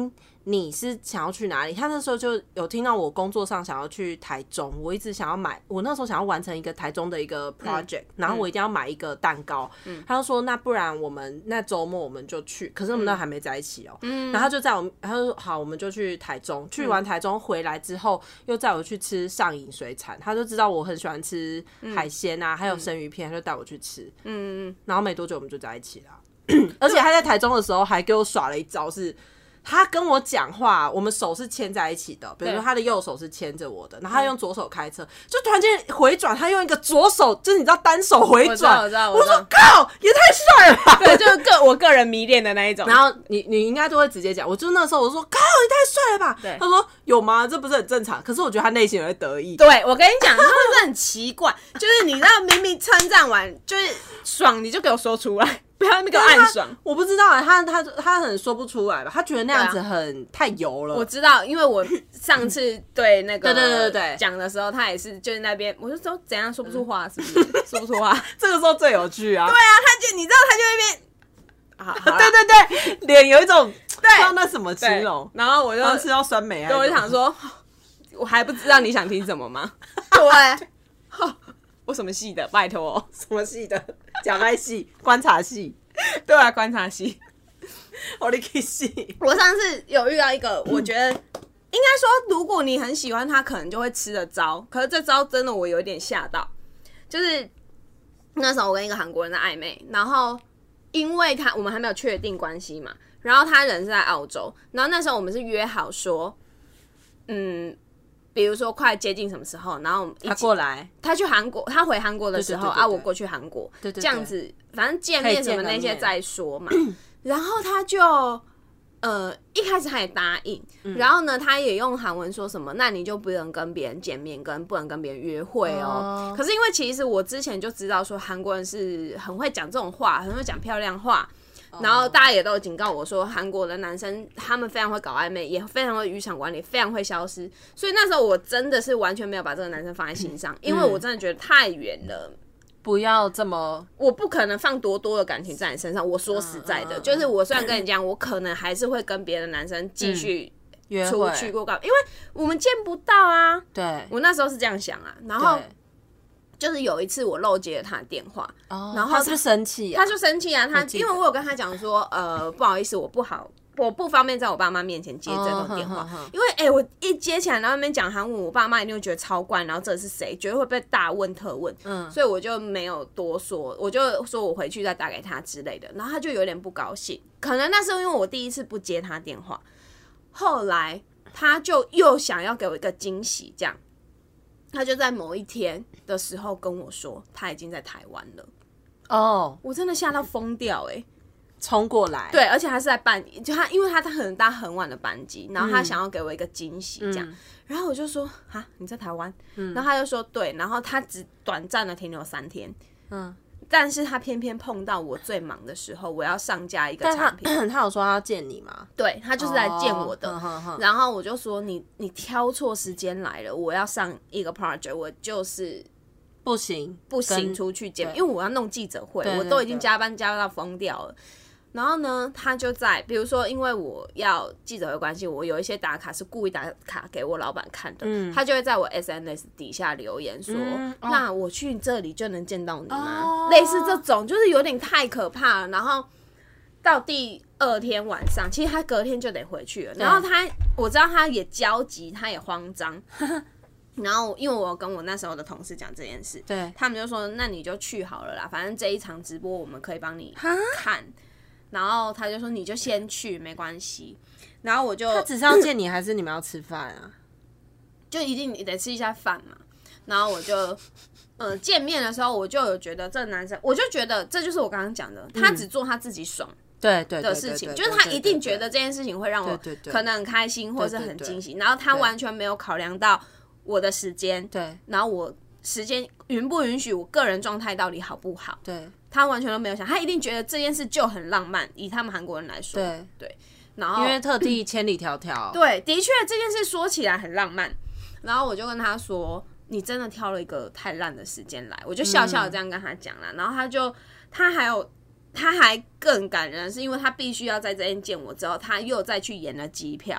Speaker 1: 你是想要去哪里？他那时候就有听到我工作上想要去台中，我一直想要买，我那时候想要完成一个台中的一个 project，、嗯、然后我一定要买一个蛋糕。嗯、他就说那不然我们那周末我们就去，可是我们那还没在一起哦、喔。嗯、然后他就在我们，他就说好，我们就去台中，去完台中回来之后，又载我去吃上瘾水产。他就知道我很喜欢吃海鲜啊，嗯、还有生鱼片，他就带我去吃。嗯，然后没多久我们就在一起了，而且他在台中的时候还给我耍了一招是。他跟我讲话，我们手是牵在一起的，比如说他的右手是牵着我的，然后他用左手开车，就突然间回转，他用一个左手，就是你知道单手回转，
Speaker 2: 我知道，我
Speaker 1: 知道，我说靠，也太帅了吧！
Speaker 2: 对，就是个我个人迷恋的那一种。
Speaker 1: 然后你你应该都会直接讲，我就那时候我说靠，也太帅了吧！他说有吗？这不是很正常？可是我觉得他内心有在得意。
Speaker 2: 对，我跟你讲，他们是很奇怪，就是你知道，明明称赞完就是爽，你就给我说出来。不要那个暗爽，
Speaker 1: 我不知道啊、欸，他他他很说不出来吧？他觉得那样子很、啊、太油了。
Speaker 2: 我知道，因为我上次对那个
Speaker 1: 对对对对
Speaker 2: 讲的时候，他也是就是那边，我就说怎样说不出话，是不是说不出话？
Speaker 1: 这个时候最有趣啊！
Speaker 2: 对啊，他就你知道，他就那边啊，
Speaker 1: 对对对，脸有一种不知道那什么形容，
Speaker 2: 然后我就
Speaker 1: 吃到酸梅啊，
Speaker 2: 对，我就想说，我还不知道你想听什么吗？对。我什么系的？拜托、喔，
Speaker 1: 什么系的？假掰系、观察系，
Speaker 2: 对啊，观察系。
Speaker 1: 我的 K 系。
Speaker 2: 我上次有遇到一个，我觉得应该说，如果你很喜欢他，可能就会吃的招。可是这招真的我有点吓到，就是那时候我跟一个韩国人在暧昧，然后因为他我们还没有确定关系嘛，然后他人是在澳洲，然后那时候我们是约好说，嗯。比如说快接近什么时候，然后
Speaker 1: 他过来，
Speaker 2: 他去韩国，他回韩国的时候，对对对对啊，我过去韩国，
Speaker 1: 对对对，
Speaker 2: 这样子，反正见面什么那些再说嘛。然后他就呃一开始他也答应，嗯、然后呢，他也用韩文说什么，那你就不能跟别人见面，跟不能跟别人约会哦。哦可是因为其实我之前就知道说韩国人是很会讲这种话，很会讲漂亮话。然后大家也都有警告我说，韩国的男生他们非常会搞暧昧，也非常会渔场管理，非常会消失。所以那时候我真的是完全没有把这个男生放在心上，嗯、因为我真的觉得太远了，
Speaker 1: 不要这么，
Speaker 2: 我不可能放多多的感情在你身上。我说实在的，嗯、就是我虽然跟你讲，我可能还是会跟别的男生继续出去过搞，因为我们见不到啊。
Speaker 1: 对，
Speaker 2: 我那时候是这样想啊，然后。就是有一次我漏接了他的电话，
Speaker 1: 哦、
Speaker 2: 然后
Speaker 1: 他是不是生气啊？
Speaker 2: 他就生气啊，他因为我有跟他讲说，呃，不好意思，我不好，我不方便在我爸妈面前接这种电话，哦、呵呵因为哎、欸，我一接起来，然后那边讲韩文，我爸妈一定会觉得超怪，然后这是谁，绝对会被大问特问，嗯，所以我就没有多说，我就说我回去再打给他之类的，然后他就有点不高兴，可能那是因为我第一次不接他电话，后来他就又想要给我一个惊喜，这样。他就在某一天的时候跟我说，他已经在台湾了。哦， oh, 我真的吓到疯掉哎、欸！
Speaker 1: 冲过来，
Speaker 2: 对，而且他是在半夜，就他因为他他可能搭很晚的班机，然后他想要给我一个惊喜这样，嗯、然后我就说啊，你在台湾？嗯、然后他就说对，然后他只短暂的停留三天，嗯。但是他偏偏碰到我最忙的时候，我要上架一个产品。
Speaker 1: 他, 他有说他要见你吗？
Speaker 2: 对，他就是来见我的。
Speaker 1: Oh, 呵呵
Speaker 2: 然后我就说你你挑错时间来了，我要上一个 project， 我就是
Speaker 1: 不行
Speaker 2: 不行出去见，因为我要弄记者会，我都已经加班加到疯掉了。然后呢，他就在，比如说，因为我要记者会关系，我有一些打卡是故意打卡给我老板看的，嗯、他就会在我 S N S 底下留言说：“嗯哦、那我去这里就能见到你吗？”哦、类似这种，就是有点太可怕了。然后到第二天晚上，其实他隔天就得回去了。然后他，我知道他也焦急，他也慌张。然后，因为我跟我那时候的同事讲这件事，
Speaker 1: 对
Speaker 2: 他们就说：“那你就去好了啦，反正这一场直播我们可以帮你看。”然后他就说你就先去没关系，然后我就
Speaker 1: 他只是要见你还是你们要吃饭啊？
Speaker 2: 就一定你得吃一下饭嘛。然后我就呃见面的时候我就有觉得这个男生，我就觉得这就是我刚刚讲的，他只做他自己爽
Speaker 1: 对对
Speaker 2: 的事情，就是他一定觉得这件事情会让我可能很开心或是很惊喜，然后他完全没有考量到我的时间，
Speaker 1: 对，
Speaker 2: 然后我时间允不允许，我个人状态到底好不好，
Speaker 1: 对。
Speaker 2: 他完全都没有想，他一定觉得这件事就很浪漫，以他们韩国人来说，
Speaker 1: 对
Speaker 2: 对，然后
Speaker 1: 因为特地千里迢迢，
Speaker 2: 对，的确这件事说起来很浪漫。然后我就跟他说：“你真的挑了一个太烂的时间来。”我就笑笑的这样跟他讲啦。嗯、然后他就他还有他还更感人，是因为他必须要在这边见我之后，他又再去延了机票。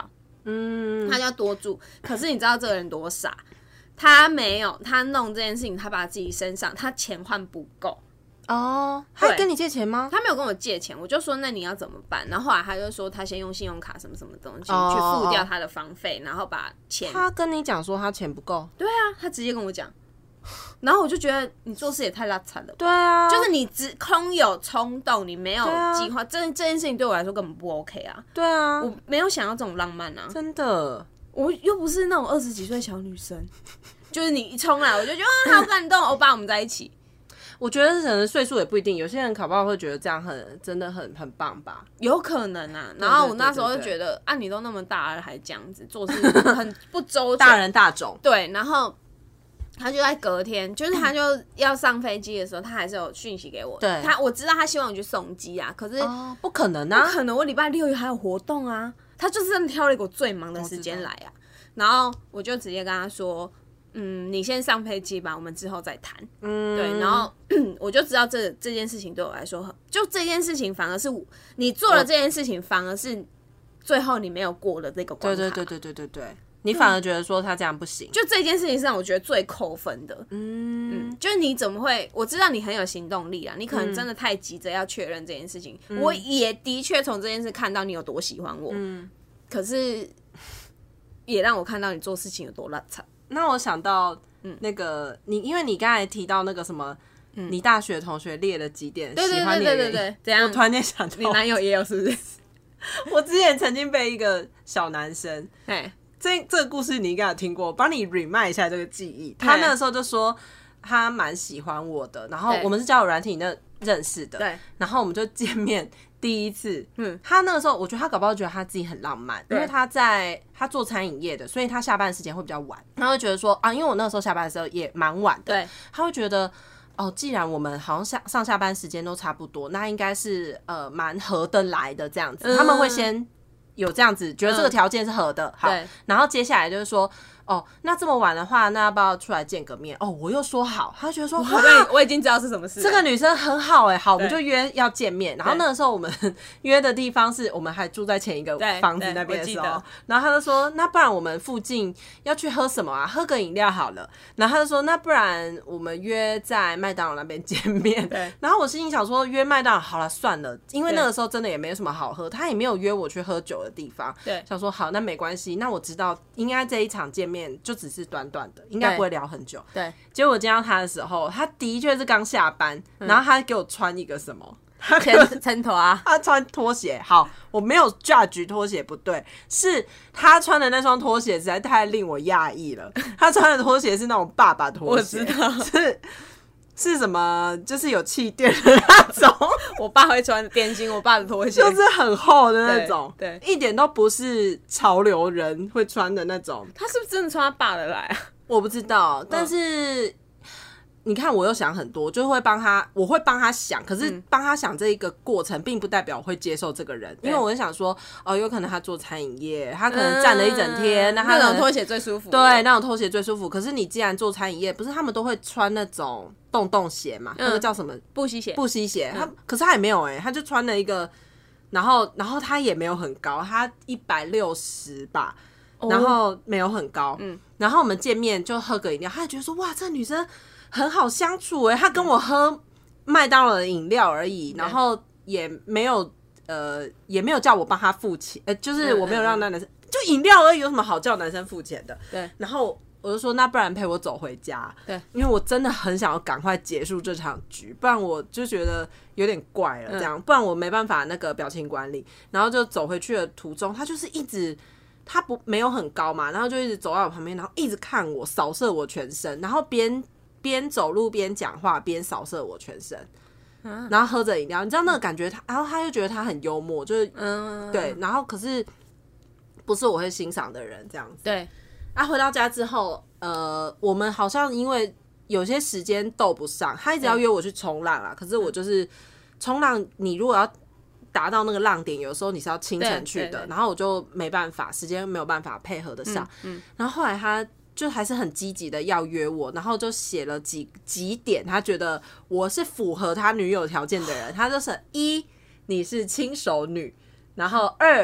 Speaker 2: 嗯，他就要多住。可是你知道这个人多傻，他没有，他弄这件事情，他把自己身上，他钱换不够。
Speaker 1: 哦，他跟你借钱吗？
Speaker 2: 他没有跟我借钱，我就说那你要怎么办？然后后来他就说他先用信用卡什么什么东西、哦、去付掉他的房费，然后把钱。
Speaker 1: 他跟你讲说他钱不够？
Speaker 2: 对啊，他直接跟我讲。然后我就觉得你做事也太拉惨了。
Speaker 1: 对啊，
Speaker 2: 就是你只空有冲动，你没有计划，这、啊、这件事情对我来说根本不 OK 啊。
Speaker 1: 对啊，
Speaker 2: 我没有想要这种浪漫啊，
Speaker 1: 真的。
Speaker 2: 我又不是那种二十几岁小女生，就是你一冲来我就觉得啊好感动，欧巴我们在一起。
Speaker 1: 我觉得可能岁数也不一定，有些人搞不好会觉得这样很真的很很棒吧，
Speaker 2: 有可能啊。然后我那时候就觉得，啊，你都那么大了还这样子做事很不周全，
Speaker 1: 大人大种。对，
Speaker 2: 然后他就在隔天，就是他就要上飞机的时候，他还是有讯息给我。
Speaker 1: 对，
Speaker 2: 他我知道他希望我去送机啊，可是、
Speaker 1: 哦、不可能啊，
Speaker 2: 不可能，我礼拜六还有活动啊。他就是真的挑了一个我最忙的时间来啊，然后我就直接跟他说。嗯，你先上飞机吧，我们之后再谈。嗯，对，然后我就知道这这件事情对我来说，就这件事情反而是你做了这件事情，反而是最后你没有过了这个关卡。
Speaker 1: 对对对对对对对，你反而觉得说他这样不行。
Speaker 2: 就这件事情是让我觉得最扣分的。嗯, 嗯，就是你怎么会？我知道你很有行动力啊，你可能真的太急着要确认这件事情。嗯、我也的确从这件事看到你有多喜欢我。嗯，可是也让我看到你做事情有多烂惨。
Speaker 1: 那我想到那个、嗯、你，因为你刚才提到那个什么，嗯、你大学同学列了几点喜欢你的原因，对对对对对，
Speaker 2: 怎样？
Speaker 1: 我突然间想到，
Speaker 2: 你男友也有是不是？
Speaker 1: 我之前曾经被一个小男生，这这个故事你应该有听过，我帮你 remind 一下这个记忆。他那个时候就说他蛮喜欢我的，然后我们是交友软体那认识的，对，然后我们就见面。第一次，嗯，他那个时候，我觉得他搞不好觉得他自己很浪漫，因为他在他做餐饮业的，所以他下班的时间会比较晚。他会觉得说啊，因为我那个时候下班的时候也蛮晚的，对，他会觉得哦，既然我们好像下上下班时间都差不多，那应该是呃蛮合得来的这样子。嗯、他们会先有这样子觉得这个条件是合的，嗯、好，然后接下来就是说。哦，那这么晚的话，那要不要出来见个面？哦，我又说好，他觉得说，
Speaker 2: 我我已经知道是什么事了。
Speaker 1: 这个女生很好哎、欸，好，我们就约要见面。然后那个时候我们约的地方是我们还住在前一个房子那边的时候，然后他就说，那不然我们附近要去喝什么啊？喝个饮料好了。然后他就说，那不然我们约在麦当劳那边见面。对。然后我心里想说，约麦当劳好了算了，因为那个时候真的也没有什么好喝，他也没有约我去喝酒的地方。对。想说好，那没关系，那我知道应该这一场见面。就只是短短的，应该不会聊很久。对，结果我见到他的时候，他的确是刚下班，嗯、然后他给我穿一个什么？
Speaker 2: 前前头啊，
Speaker 1: 他穿拖鞋。好，我没有 judge 拖鞋不对，是他穿的那双拖鞋实在太令我讶异了。他穿的拖鞋是那种爸爸拖鞋，
Speaker 2: 我知道
Speaker 1: 是。是什么？就是有气垫的那种。
Speaker 2: 我爸会穿点心，我爸的拖鞋
Speaker 1: 就是很厚的那种，对，对一点都不是潮流人会穿的那种。
Speaker 2: 他是不是真的穿他爸的来啊？
Speaker 1: 我不知道，但是、嗯、你看，我又想很多，就会帮他，我会帮他想，可是帮他想这一个过程，并不代表我会接受这个人，因为我就想说，哦，有可能他做餐饮业，他可能站了一整天，嗯、那他
Speaker 2: 那种拖鞋最舒服，
Speaker 1: 对，那种拖鞋最舒服。可是你既然做餐饮业，不是他们都会穿那种。洞洞鞋嘛，那个叫什么？
Speaker 2: 布希鞋。
Speaker 1: 布希鞋，他、嗯、可是他也没有哎、欸，他就穿了一个，然后然后他也没有很高，他一百六十吧，然后没有很高，嗯，然后我们见面就喝个饮料，他就觉得说哇，这女生很好相处哎、欸，他跟我喝麦当劳的饮料而已，然后也没有呃也没有叫我帮他付钱，呃，就是我没有让那男生、嗯、就饮料而已，有什么好叫男生付钱的？对，然后。我就说，那不然陪我走回家。对，因为我真的很想要赶快结束这场局，不然我就觉得有点怪了。这样，嗯、不然我没办法那个表情管理。然后就走回去的途中，他就是一直，他不没有很高嘛，然后就一直走到我旁边，然后一直看我，扫射我全身，然后边边走路边讲话边扫射我全身，嗯、然后喝着饮料，你知道那个感觉他，然后他就觉得他很幽默，就是嗯对，然后可是不是我会欣赏的人，这样子对。啊，回到家之后，呃，我们好像因为有些时间斗不上，他一直要约我去冲浪啊。可是我就是冲浪，你如果要达到那个浪点，有时候你是要清晨去的，然后我就没办法，时间没有办法配合得上。嗯嗯、然后后来他就还是很积极的要约我，然后就写了几几点，他觉得我是符合他女友条件的人。他就是一，你是轻熟女，然后二。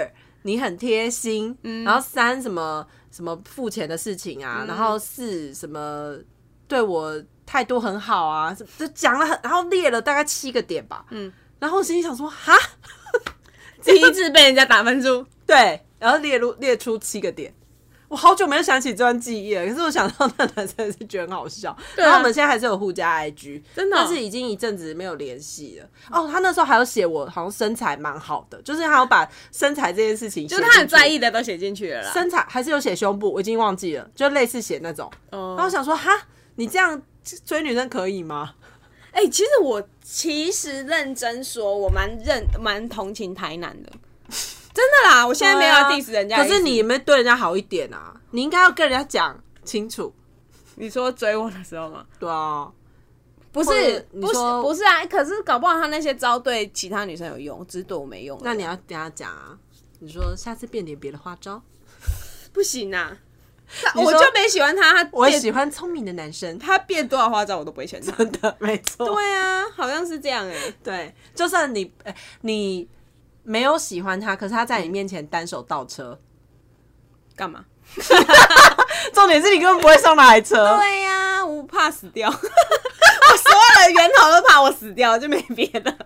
Speaker 1: 你很贴心，嗯、然后三什么什么付钱的事情啊，嗯、然后四什么对我态度很好啊，就讲了很，然后列了大概七个点吧。嗯，然后我心里想说，哈，
Speaker 2: 第一次被人家打分数，
Speaker 1: 对，然后列出列出七个点。我好久没有想起这段记忆了，可是我想到那男生是觉得很好笑。对啊、然后我们现在还是有互加 I G， 真的、哦，但是已经一阵子没有联系了。哦，他那时候还有写我好像身材蛮好的，就是他有把身材这件事情写进去，
Speaker 2: 就是他很在意的都写进去了啦。
Speaker 1: 身材还是有写胸部，我已经忘记了，就类似写那种。哦、然后我想说，哈，你这样追女生可以吗？
Speaker 2: 哎、欸，其实我其实认真说，我蛮认蛮同情台南的。真的啦，我现在没有要 diss 人家、啊，
Speaker 1: 可是你有没有对人家好一点啊？你应该要跟人家讲清楚。
Speaker 2: 你说追我的时候吗？
Speaker 1: 对啊，
Speaker 2: 不是，不是，不是啊。可是搞不好他那些招对其他女生有用，只是对我没用。
Speaker 1: 那你要跟他讲啊，你说下次变点别的花招，
Speaker 2: 不行啊。我就没喜欢他，他
Speaker 1: 我喜欢聪明的男生，
Speaker 2: 他变多少花招我都不会选他。
Speaker 1: 真的，没错。
Speaker 2: 对啊，好像是这样哎、欸。
Speaker 1: 对，就算你、欸、你。没有喜欢他，可是他在你面前单手倒车，
Speaker 2: 干嘛？
Speaker 1: 重点是你根本不会上那台车。
Speaker 2: 对呀、啊，我怕死掉，我所有的源头都怕我死掉，就没别的。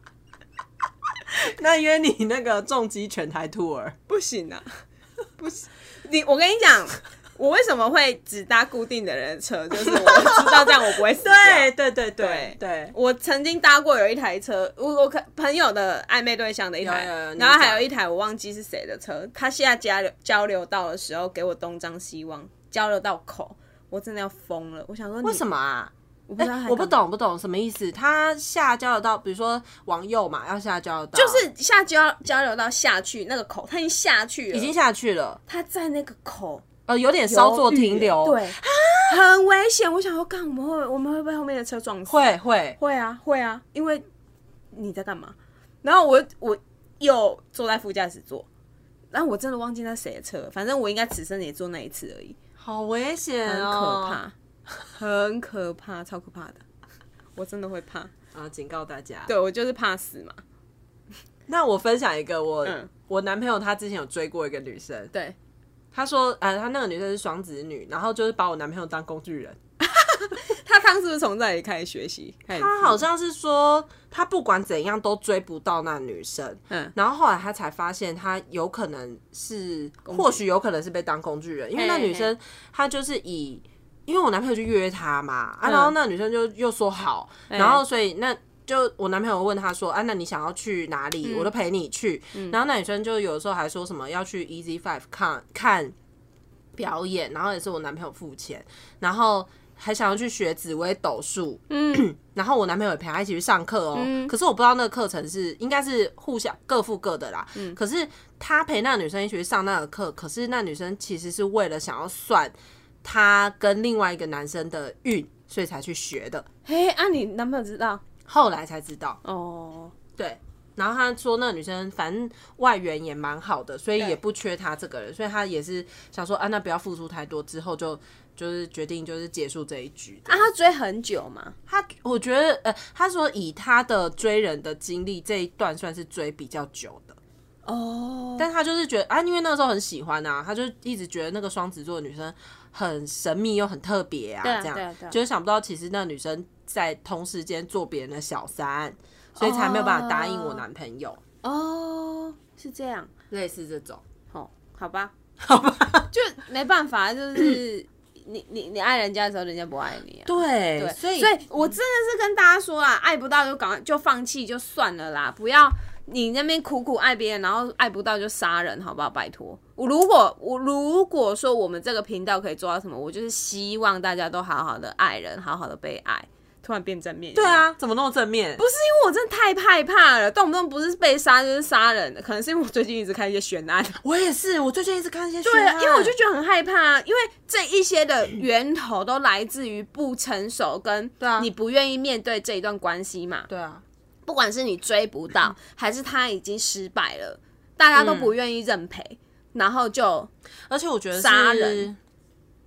Speaker 1: 那约你那个重击全台 tour
Speaker 2: 不行啊，不行。你我跟你讲。我为什么会只搭固定的人的车？就是我知道这样我不会死掉。
Speaker 1: 对对对对对，
Speaker 2: 我曾经搭过有一台车，我我朋友的暧昧对象的一台，然后还有一台我忘记是谁的车。他现在交流交流道的时候给我东张西望，交流道口，我真的要疯了。我想说
Speaker 1: 为什么啊？
Speaker 2: 我不知道、欸，
Speaker 1: 我不懂不懂什么意思。他下交流道，比如说往右嘛，要下交流道，
Speaker 2: 就是下交交流道下去那个口，他已经下去了，
Speaker 1: 已经下去了，
Speaker 2: 他在那个口。
Speaker 1: 呃，有点稍作停留，
Speaker 2: 对，很危险。我想说，干我们会我们会被后面的车撞死？
Speaker 1: 会会
Speaker 2: 会啊会啊，因为你在干嘛？然后我我又坐在副驾驶座，然后我真的忘记那谁的车，反正我应该此生也坐那一次而已。
Speaker 1: 好危险哦，
Speaker 2: 很可怕，很可怕，超可怕的，我真的会怕
Speaker 1: 啊！警告大家，
Speaker 2: 对我就是怕死嘛。
Speaker 1: 那我分享一个我、嗯、我男朋友他之前有追过一个女生，
Speaker 2: 对。
Speaker 1: 他说，呃，他那个女生是双子女，然后就是把我男朋友当工具人。
Speaker 2: 他当时是不是从这里开始学习？
Speaker 1: 他好像是说，他不管怎样都追不到那女生。嗯，然后后来他才发现，他有可能是，或许有可能是被当工具人，因为那女生她就是以，因为我男朋友就约她嘛，啊，然后那女生就又说好，然后所以那。就我男朋友问他说：“啊，那你想要去哪里？嗯、我都陪你去。嗯”然后那女生就有的时候还说什么要去 Easy Five 看看表演，然后也是我男朋友付钱，然后还想要去学紫微斗数。嗯，然后我男朋友也陪他一起去上课哦。嗯、可是我不知道那个课程是应该是互相各付各的啦。嗯，可是他陪那个女生一起去上那个课，可是那女生其实是为了想要算他跟另外一个男生的运，所以才去学的。
Speaker 2: 嘿，啊，你男朋友知道？
Speaker 1: 后来才知道
Speaker 2: 哦，
Speaker 1: 对，然后他说那个女生反正外缘也蛮好的，所以也不缺他这个人，所以他也是想说啊，那不要付出太多，之后就就是决定就是结束这一局。
Speaker 2: 啊，他追很久吗？
Speaker 1: 他我觉得呃，他说以他的追人的经历，这一段算是追比较久的哦，但他就是觉得啊，因为那个时候很喜欢啊，他就一直觉得那个双子座的女生很神秘又很特别啊，这样
Speaker 2: 对对
Speaker 1: 就是想不到其实那个女生在同时间做别人的小三，所以才没有办法答应我男朋友。
Speaker 2: 哦，是这样，
Speaker 1: 类似这种。
Speaker 2: 哦，好吧，
Speaker 1: 好吧，
Speaker 2: 就没办法，就是你你你爱人家的时候，人家不爱你啊。
Speaker 1: 对
Speaker 2: 对，
Speaker 1: 所以
Speaker 2: 所以我真的是跟大家说啦，爱不到就赶快就放弃就算了啦，不要。你那边苦苦爱别人，然后爱不到就杀人，好不好？拜托，我如果我如果说我们这个频道可以做到什么，我就是希望大家都好好的爱人，好好的被爱。突然变正面，
Speaker 1: 对啊，怎么那么正面？
Speaker 2: 不是因为我真的太害怕了，动不动不是被杀就是杀人，可能是因为我最近一直看一些悬案。
Speaker 1: 我也是，我最近一直看一些悬案，
Speaker 2: 对，因为我就觉得很害怕，因为这一些的源头都来自于不成熟，跟你不愿意面对这一段关系嘛。
Speaker 1: 对啊。
Speaker 2: 不管是你追不到，还是他已经失败了，大家都不愿意认赔，嗯、然后就
Speaker 1: 而且我觉得
Speaker 2: 杀人，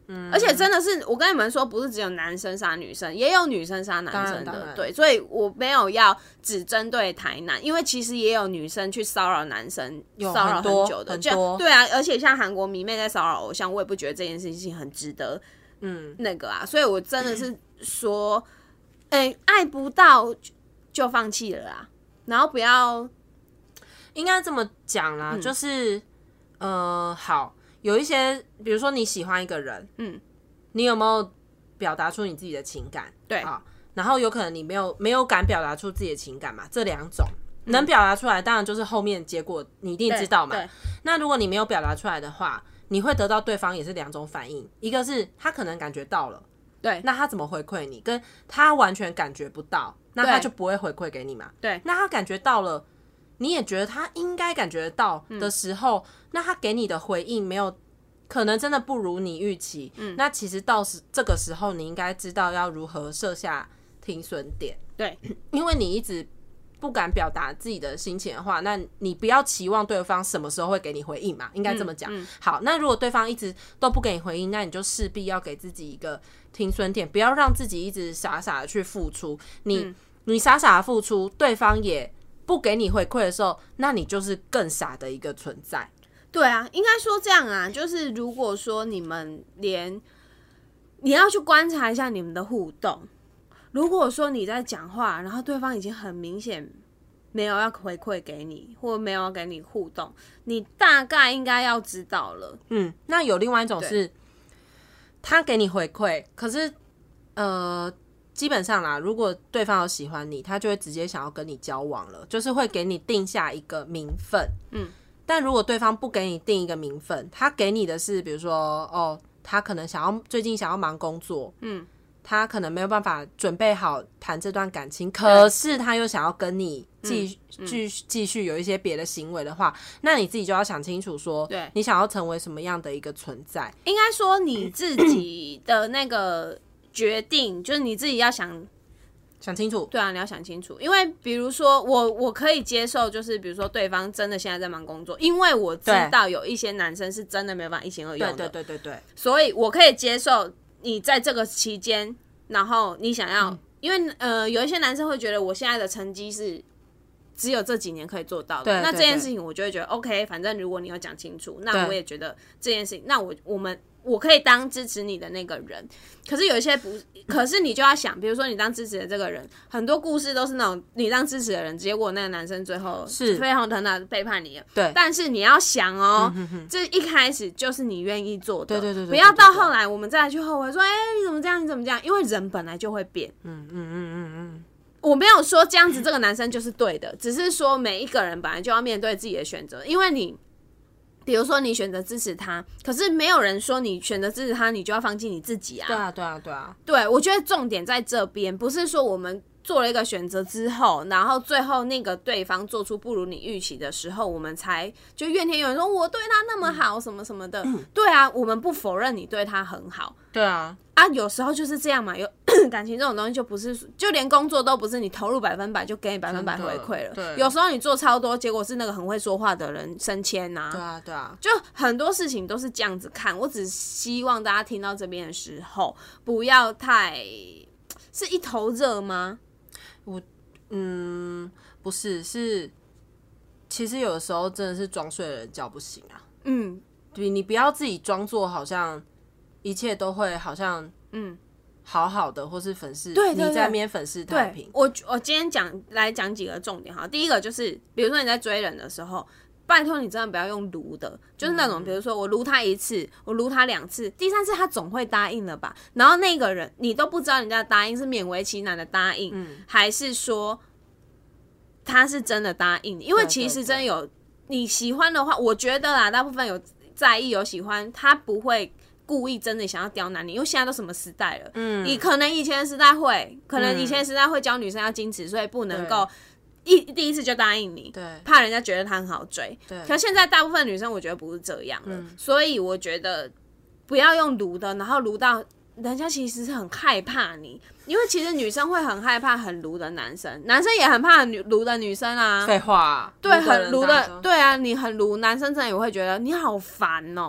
Speaker 2: 嗯，而且真的是，我跟你们说，不是只有男生杀女生，也有女生杀男生的，对，所以我没有要只针对台南，因为其实也有女生去骚扰男生，骚扰很久的，
Speaker 1: 很多，
Speaker 2: 对啊，而且像韩国迷妹在骚扰偶像，我也不觉得这件事情很值得，嗯，那个啊，所以我真的是说，哎、欸，爱不到就放弃了啦，然后不要，
Speaker 1: 应该这么讲啦，嗯、就是，呃，好。有一些，比如说你喜欢一个人，嗯，你有没有表达出你自己的情感？
Speaker 2: 对
Speaker 1: 啊，然后有可能你没有没有敢表达出自己的情感嘛，这两种、嗯、能表达出来，当然就是后面结果你一定知道嘛。那如果你没有表达出来的话，你会得到对方也是两种反应，一个是他可能感觉到了，
Speaker 2: 对，
Speaker 1: 那他怎么回馈你？跟他完全感觉不到，那他就不会回馈给你嘛。
Speaker 2: 对，
Speaker 1: 那他感觉到了。你也觉得他应该感觉得到的时候、嗯、那他给你的回应没有可能真的不如你预期、嗯、那其实到时这个时候你应该知道要如何设下停损点。
Speaker 2: 对，
Speaker 1: 因为你一直不敢表达自己的心情的话，那你不要期望对方什么时候会给你回应嘛，应该这么讲、嗯嗯、好，那如果对方一直都不给你回应，那你就势必要给自己一个停损点，不要让自己一直傻傻的去付出。你、嗯、你傻傻的付出，对方也不给你回馈的时候，那你就是更傻的一个存在。
Speaker 2: 对啊，应该说这样啊，就是如果说你们连你要去观察一下你们的互动，如果说你在讲话，然后对方已经很明显没有要回馈给你，或没有要跟你互动，你大概应该要知道了。
Speaker 1: 嗯，那有另外一种是他给你回馈，可是呃基本上啦，如果对方有喜欢你，他就会直接想要跟你交往了，就是会给你定下一个名分。嗯，但如果对方不给你定一个名分，他给你的是比如说哦，他可能想要最近想要忙工作，嗯，他可能没有办法准备好谈这段感情，可是他又想要跟你继继继续有一些别的行为的话，那你自己就要想清楚说，对，你想要成为什么样的一个存在。
Speaker 2: 应该说你自己的那个决定就是你自己要想
Speaker 1: 想清楚。
Speaker 2: 对啊，你要想清楚，因为比如说我我可以接受，就是比如说对方真的现在在忙工作，因为我知道有一些男生是真的没有办法一心二用的，
Speaker 1: 对对对对对，
Speaker 2: 所以我可以接受你在这个期间，然后你想要，嗯、因为呃有一些男生会觉得我现在的成绩是只有这几年可以做到的，对对对，那这件事情我就会觉得 OK， 反正如果你有讲清楚，那我也觉得这件事情，那我我们。我可以当支持你的那个人，可是有一些不，可是你就要想，比如说你当支持的这个人，很多故事都是那种你当支持的人，结果那个男生最后是非常疼的背叛你了。对，但是你要想哦，嗯、哼哼这一开始就是你愿意做的，
Speaker 1: 对对 对, 对, 对, 对, 对，
Speaker 2: 不要到后来我们再来去后悔说，哎、欸，你怎么这样，你怎么这样？因为人本来就会变。嗯嗯嗯嗯嗯。我没有说这样子这个男生就是对的，只是说每一个人本来就要面对自己的选择，因为你。比如说你选择支持他，可是没有人说你选择支持他你就要放弃你自己啊。
Speaker 1: 对啊对啊对啊，
Speaker 2: 对，我觉得重点在这边，不是说我们做了一个选择之后，然后最后那个对方做出不如你预期的时候，我们才就怨天尤人说我对他那么好、嗯、什么什么的、嗯、对啊，我们不否认你对他很好，
Speaker 1: 对啊
Speaker 2: 啊，有时候就是这样嘛，有感情这种东西就不是，就连工作都不是你投入百分百就给你百分百回馈了。对，有时候你做超多，结果是那个很会说话的人升迁啊。
Speaker 1: 对啊，对啊，
Speaker 2: 就很多事情都是这样子看。我只希望大家听到这边的时候，不要太是一头热吗？
Speaker 1: 我嗯，不是，是其实有的时候真的是装睡的人叫不醒啊。嗯，对，你不要自己装作好像。一切都会好像嗯好好的，或是粉饰，对对对，你在那边粉饰太平。
Speaker 2: 我我今天讲来讲几个重点哈。第一个就是，比如说你在追人的时候，拜托你真的不要用撸的，就是那种、嗯、比如说我撸他一次，我撸他两次，第三次他总会答应了吧？然后那个人你都不知道人家的答应是勉为其难的答应，嗯、还是说他是真的答应你？因为其实真的有对对对你喜欢的话，我觉得啦，大部分有在意有喜欢，他不会。故意真的想要刁难你，因为现在都什么时代了，嗯，你可能以前的时代会，可能以前的时代会教女生要矜持，所以不能够一第一次就答应你，对，怕人家觉得他很好追，对。可现在大部分女生我觉得不是这样了，嗯、所以我觉得不要用撸的，然后撸到人家其实是很害怕你，因为其实女生会很害怕很撸的男生，男生也很怕很撸的女生啊。
Speaker 1: 废话、啊，
Speaker 2: 对，很撸的，对啊，你很撸，男生真的也会觉得你好烦哦、喔。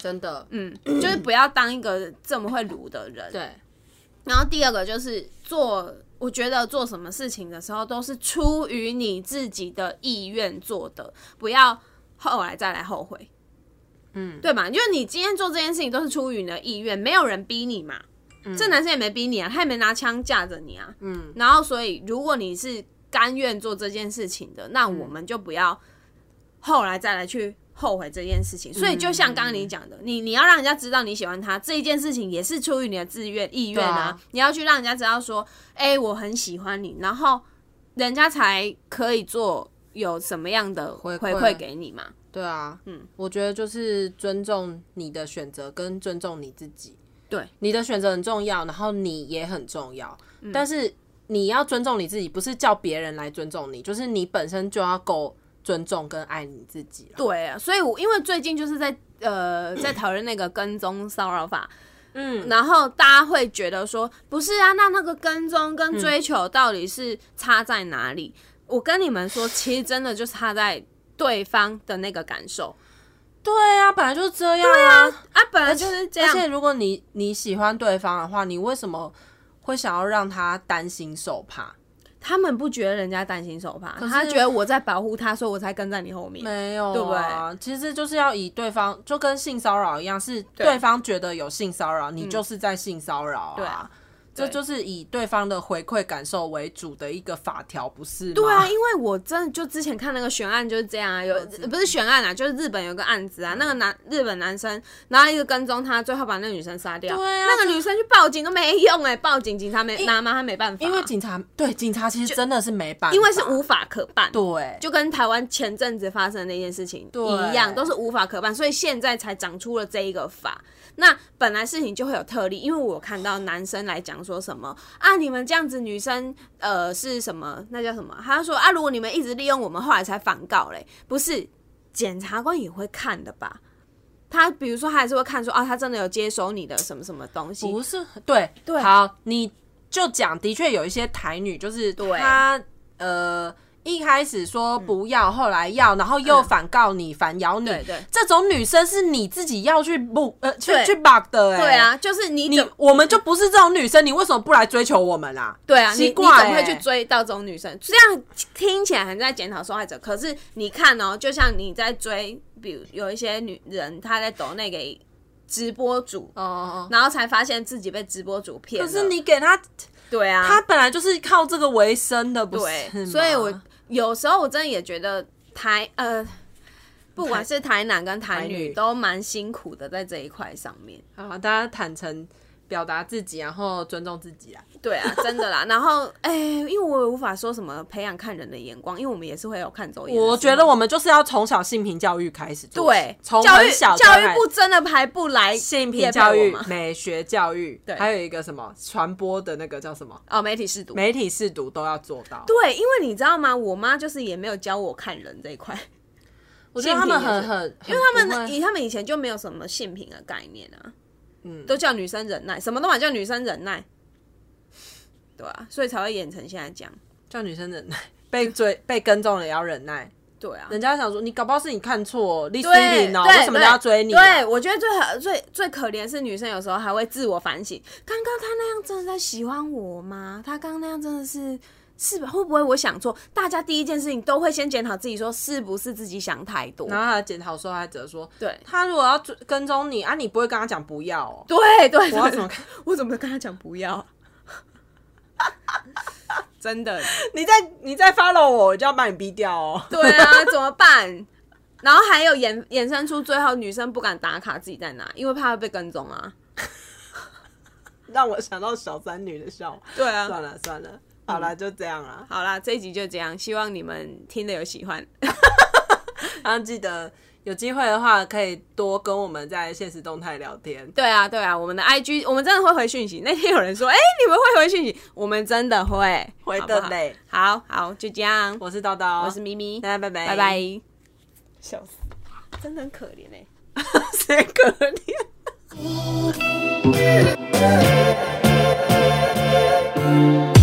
Speaker 1: 真的，
Speaker 2: 嗯，就是不要当一个这么会撸的人。
Speaker 1: 对。
Speaker 2: 然后第二个就是做，我觉得做什么事情的时候都是出于你自己的意愿做的，不要后来再来后悔。嗯，对吧？因为你今天做这件事情都是出于你的意愿，没有人逼你嘛。嗯、这男生也没逼你啊，他也没拿枪架着你啊。嗯，然后所以如果你是甘愿做这件事情的，那我们就不要后来再来去后悔这件事情。所以就像刚刚你讲的，你你要让人家知道你喜欢他这一件事情，也是出于你的自愿意愿 啊, 啊。你要去让人家知道说，哎、欸，我很喜欢你，然后人家才可以做有什么样的回馈给你嘛。
Speaker 1: 对啊，嗯，我觉得就是尊重你的选择跟尊重你自己。
Speaker 2: 对，
Speaker 1: 你的选择很重要，然后你也很重要，嗯、但是你要尊重你自己，不是叫别人来尊重你，就是你本身就要够尊重跟爱你自己。
Speaker 2: 对啊，所以我因为最近就是在呃在讨论那个跟踪骚扰法。嗯，然后大家会觉得说，不是啊，那那个跟踪跟追求到底是差在哪里？嗯、我跟你们说，其实真的就差在对方的那个感受。
Speaker 1: 对啊，本来就是这样啊。
Speaker 2: 对啊，啊，本来就是这样。
Speaker 1: 而且如果你你喜欢对方的话，你为什么会想要让他担心受怕？
Speaker 2: 他们不觉得人家担心受怕，他觉得我在保护他，所以我才跟在你后面。
Speaker 1: 没有、啊，
Speaker 2: 对不对？
Speaker 1: 其实就是要以对方，就跟性骚扰一样，是对方觉得有性骚扰，你就是在性骚扰啊。对啊。这就是以对方的回馈感受为主的一个法条，不是吗？
Speaker 2: 对啊，因为我真的就之前看那个悬案就是这样啊，有不是悬案啊，就是日本有个案子啊，那个男日本男生然后一直跟踪他，最后把那个女生杀掉。
Speaker 1: 对啊，
Speaker 2: 那个女生去报警都没用哎、欸，报警警察没拿吗？他没办法，
Speaker 1: 因为警察对警察其实真的是没办法，
Speaker 2: 因为是无法可办。
Speaker 1: 对，
Speaker 2: 就跟台湾前阵子发生的那件事情一样，都是无法可办，所以现在才长出了这一个法。那本来事情就会有特例，因为我看到男生来讲说什么啊，你们这样子女生呃是什么，那叫什么？他说啊，如果你们一直利用我们，后来才反告嘞，不是检察官也会看的吧？他比如说他还是会看说啊，他真的有接收你的什么什么东西？
Speaker 1: 不是，对对，好，你就讲，的确有一些台女就是她呃。一开始说不要，嗯、后来要，然后又反告你、嗯、反咬你，
Speaker 2: 对对，
Speaker 1: 这种女生是你自己要去不呃去去 bug 的哎、欸，
Speaker 2: 对啊，就是你
Speaker 1: 你我们就不是这种女生，你为什么不来追求我们啊？
Speaker 2: 对啊，
Speaker 1: 奇怪、欸，
Speaker 2: 你你怎么会去追到这种女生？这样听起来很在检讨受害者，可是你看哦，就像你在追，比如有一些女人她在抖内给直播主哦，然后才发现自己被直播主骗了，
Speaker 1: 可是你给她，
Speaker 2: 对啊，
Speaker 1: 她本来就是靠这个为生的，不是
Speaker 2: 对，所以我。有时候我真的也觉得台呃，不管是台男跟台女都蛮辛苦的在这一块上面。
Speaker 1: 好，大家坦诚表达自己，然后尊重自己啊。
Speaker 2: 对啊，真的啦。然后哎、欸，因为我也无法说什么培养看人的眼光，因为我们也是会有看走眼。
Speaker 1: 我觉得我们就是要从小性平教育开始做，
Speaker 2: 对，
Speaker 1: 从
Speaker 2: 教育
Speaker 1: 小
Speaker 2: 教育部真的还不来
Speaker 1: 性平教育、美学教育，对，还有一个什么传播的那个叫什么
Speaker 2: 哦，媒体识读，
Speaker 1: 媒体识读都要做到。
Speaker 2: 对，因为你知道吗？我妈就是也没有教我看人这一块。
Speaker 1: 我觉得他们很很，
Speaker 2: 因为他们以他们以前就没有什么性平的概念啊，嗯，都叫女生忍耐，什么都嘛叫女生忍耐。对啊，所以才会演成现在这样，
Speaker 1: 叫女生忍耐，被追被跟踪了也要忍耐。
Speaker 2: 对啊，
Speaker 1: 人家想说你搞不好是你看错，你水灵哦，为什么要追你、啊？
Speaker 2: 对，我觉得最最最可怜是女生有时候还会自我反省，刚刚他那样真的在喜欢我吗？他刚刚那样真的是是吧？会不会我想错？大家第一件事情都会先检讨自己，说是不是自己想太多？
Speaker 1: 然后他检讨受害者说，
Speaker 2: 对，
Speaker 1: 他如果要跟踪你啊，你不会跟他讲不要哦？
Speaker 2: 对对对，
Speaker 1: 我要怎么看？
Speaker 2: 我怎么跟他讲不要？真的，
Speaker 1: 你再你再 follow 我，我就要把你逼掉哦。
Speaker 2: 对啊，怎么办？然后还有衍衍生出最后女生不敢打卡自己在哪，因为怕会被跟踪啊。
Speaker 1: 让我想到小三女的笑话。
Speaker 2: 对啊，
Speaker 1: 算了算了，好啦、嗯，就这样啦。
Speaker 2: 好啦，这一集就这样，希望你们听得有喜欢。
Speaker 1: 然后记得有机会的话，可以多跟我们在限时动态聊天。
Speaker 2: 对啊，对啊，我们的 I G 我们真的会回讯息。那天有人说，哎、欸，你们会回讯息？我们真的会
Speaker 1: 回的嘞。
Speaker 2: 好好，就这样。
Speaker 1: 我是叨叨，
Speaker 2: 我是咪咪，
Speaker 1: 大家拜拜，
Speaker 2: 拜拜。笑死，真的很可怜哎、
Speaker 1: 欸，谁可怜？